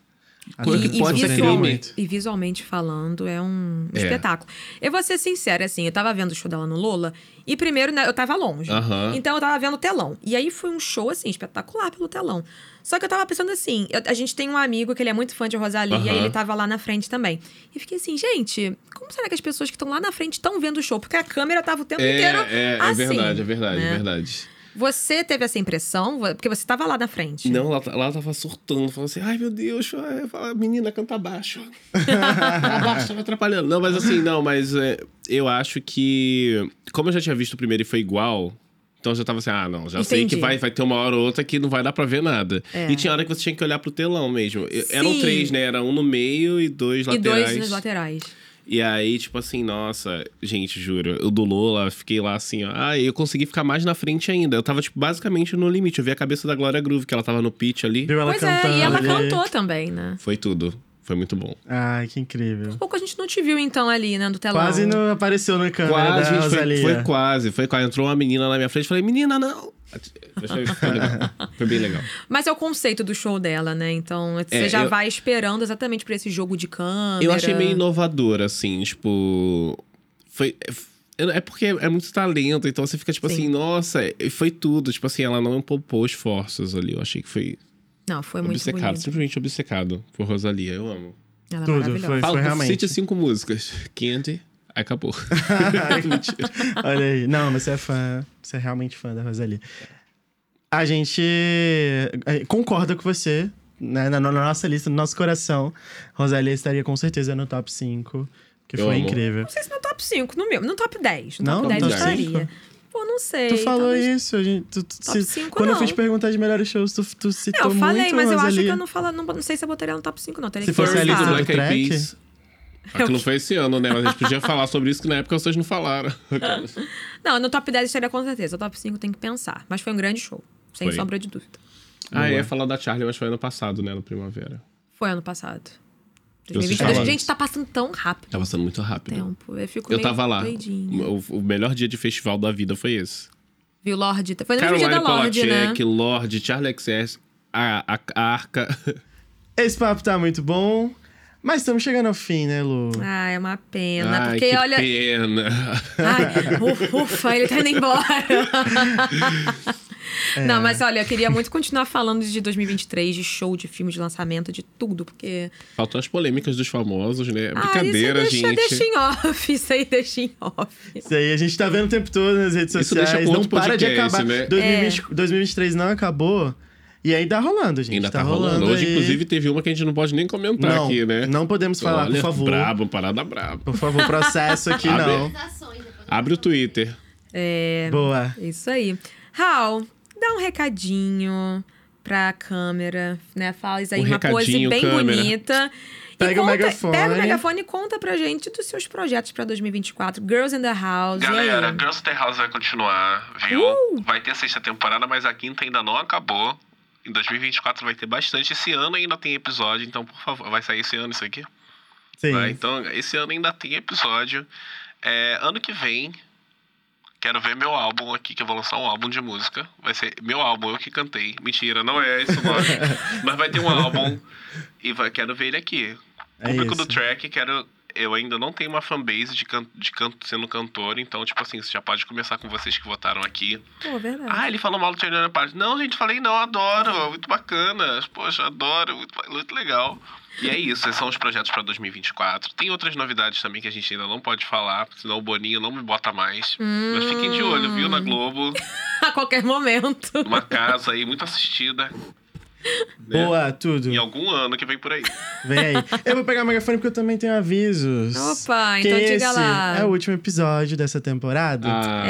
E visualmente falando, é um espetáculo. Eu vou ser sincera, assim, eu tava vendo o show dela no Lola, e primeiro, né, eu tava longe. Então eu tava vendo o telão. E aí foi um show, assim, espetacular pelo telão. Só que eu tava pensando assim, a gente tem um amigo que ele é muito fã de Rosalía, e ele tava lá na frente também. E eu fiquei assim, gente, como será que as pessoas que estão lá na frente estão vendo o show? Porque a câmera tava o tempo inteiro assim. É verdade. Você teve essa impressão? Porque você tava lá na frente. Não, ela tava surtando, falando assim, ai meu Deus, menina, canta baixo. Canta baixo, tá me atrapalhando. Não, mas assim, eu acho que, como eu já tinha visto o primeiro e foi igual, então eu já tava assim, já sei que vai ter uma hora ou outra que não vai dar pra ver nada. E tinha hora que você tinha que olhar pro telão mesmo. Eram 3, né? Era um no meio e 2 laterais. E 2 nos laterais. E aí, tipo assim, nossa, gente, juro, eu do Lola, fiquei lá assim, ó. Eu consegui ficar mais na frente ainda. Eu tava, tipo, basicamente no limite. Eu vi a cabeça da Glória Groove, que ela tava no pitch ali. Viu ela cantando, e ela cantou também, né? Foi tudo. Foi muito bom. Ai, que incrível. Um pouco a gente não te viu, então, ali, né, no telão. Quase não apareceu na câmera da Rosalía. Foi quase. Entrou uma menina na minha frente, falei, menina, não! Foi bem legal. Mas é o conceito do show dela, né? Então, você já vai esperando exatamente por esse jogo de câmera. Eu achei meio inovador, assim, tipo... É porque é muito talento, então você fica tipo assim, nossa, foi tudo. Tipo assim, ela não poupou esforços ali. Eu achei que foi... Não, foi muito bonito. Simplesmente obcecado por Rosalía. Eu amo. Ela é tudo, maravilhosa. foi realmente. Cite 5 músicas. Candy, aí acabou. Mentira. Olha aí. Não, mas você é fã. Você é realmente fã da Rosalía. A gente concorda com você, né? Na nossa lista, no nosso coração, Rosalía estaria com certeza no top 5. Que foi incrível. Não sei se no top 5, no top 10. No não, top 10 top estaria. 5? Pô, não sei. Tu falou talvez... isso. Top 5 quando não. eu fui te perguntar de melhores shows, tu citou muito eu falei, mas Rosalía. eu acho que eu não falo... Não sei se eu botaria no top 5, não. Teria se que fosse a lista do Black Eyed Peas. Que não foi esse ano, né? Mas a gente podia falar sobre isso, que na época vocês não falaram. Não, no top 10 estaria com certeza. O top 5 tem que pensar. Mas foi um grande show. Sem sombra de dúvida. Ia falar da Charlie, mas foi ano passado, né? No Primavera. Foi ano passado. 2022. Gente, tá passando tão rápido. Tá passando muito rápido. Tempo. Eu tava lá. O melhor dia de festival da vida foi esse. Viu, Lorde? Foi no mesmo dia da Lorde, né? Lorde, Charlie XS, a Arca. Esse papo tá muito bom. Mas estamos chegando ao fim, né, Lu? É uma pena. Porque que olha. Pena. Ufa, ele tá indo embora. Não, mas olha, eu queria muito continuar falando de 2023, de show, de filme, de lançamento, de tudo, porque... Faltam as polêmicas dos famosos, né? Brincadeira, gente. Deixa em off, isso aí deixa em off. Isso aí, a gente tá vendo o tempo todo nas redes sociais. Deixa não para de podcast, acabar. Né? 2023 não acabou. E aí tá rolando, gente. Ainda tá rolando. Hoje, aí... inclusive, teve uma que a gente não pode nem comentar aqui, né? Não podemos falar, por favor. Parada braba. Por favor, processo aqui, não. Abre o Twitter. Boa. Isso aí. Raul, dá um recadinho pra câmera, né? Faz aí uma pose bem bonita. Pega o megafone E conta pra gente dos seus projetos pra 2024. Girls in the House. Galera, Girls in the House vai continuar, viu? Vai ter a 6ª temporada, mas a 5ª ainda não acabou. Em 2024 vai ter bastante. Esse ano ainda tem episódio, então, por favor. Vai sair esse ano isso aqui? Sim. Então, esse ano ainda tem episódio. Ano que vem, quero ver meu álbum aqui, que eu vou lançar um álbum de música. Vai ser meu álbum, eu que cantei. Mentira, não é isso, não. Mas vai ter um álbum e quero ver ele aqui. Público do track, eu ainda não tenho uma fanbase sendo cantor, então, tipo assim, você já pode começar com vocês que votaram aqui. Pô, verdade. Ele falou mal do Turnana Party. Não, gente, falei não, adoro, muito bacana. Poxa, adoro, muito legal. E é isso, esses são os projetos pra 2024. Tem outras novidades também que a gente ainda não pode falar, senão o Boninho não me bota mais. Mas fiquem de olho, viu, na Globo. A qualquer momento. Uma casa aí muito assistida. Boa, tudo. Em algum ano que vem por aí. Vem aí. Eu vou pegar o megafone porque eu também tenho avisos. Opa, então diga lá. É o último episódio dessa temporada.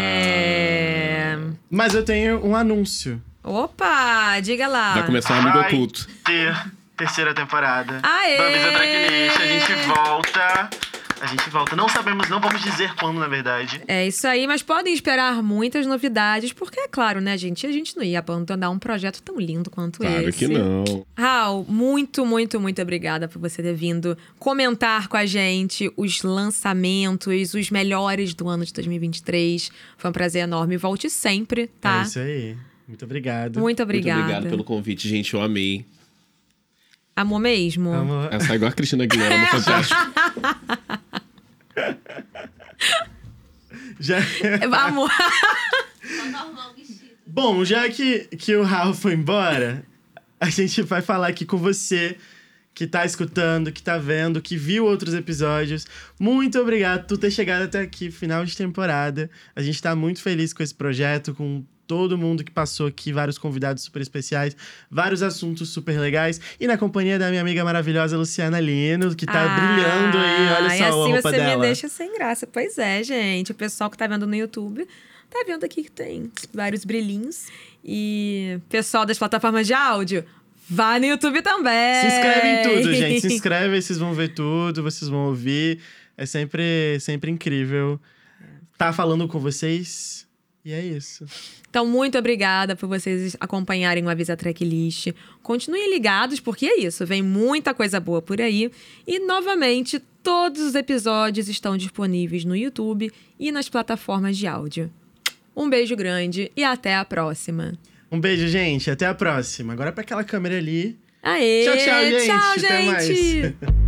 Mas eu tenho um anúncio. Opa, diga lá. Vai começar um amigo oculto. Terceira temporada. Aê! Bambisa Tracklist, a gente volta. a gente volta. Não sabemos, não vamos dizer quando, na verdade. É isso aí, mas podem esperar muitas novidades, porque é claro, né, gente? A gente não ia abandonar um projeto tão lindo quanto Claro esse. que não. Raul, muito, muito, muito obrigada por você ter vindo comentar com a gente os lançamentos, os melhores do ano de 2023. Foi um prazer enorme. Volte sempre, tá? É isso aí. Muito obrigado. Muito obrigada. Muito obrigado pelo convite, gente. Eu amei. Amor mesmo? Amor. Essa é igual a Cristina Aguilera, fantástico. Já... Amor. Bom, já que o Raul foi embora, a gente vai falar aqui com você que tá escutando, que tá vendo, que viu outros episódios. Muito obrigado por ter chegado até aqui, final de temporada. A gente tá muito feliz com esse projeto, com todo mundo que passou aqui, vários convidados super especiais, vários assuntos super legais. E na companhia da minha amiga maravilhosa Luciana Lino, que tá brilhando aí, olha só a roupa assim você dela. me deixa sem graça. Pois é, gente. O pessoal que tá vendo no YouTube tá vendo aqui que tem vários brilhinhos. E pessoal das plataformas de áudio, vá no YouTube também. Se inscreve em tudo, gente. Se inscreve aí, vocês vão ver tudo, vocês vão ouvir. É sempre incrível tá falando com vocês. E é isso. Então, muito obrigada por vocês acompanharem o Avisa Tracklist. Continuem ligados, porque é isso. Vem muita coisa boa por aí. E, novamente, todos os episódios estão disponíveis no YouTube e nas plataformas de áudio. Um beijo grande e até a próxima. Um beijo, gente. Até a próxima. Agora pra aquela câmera ali. Aê! Tchau, tchau, gente. Tchau, Até gente! mais.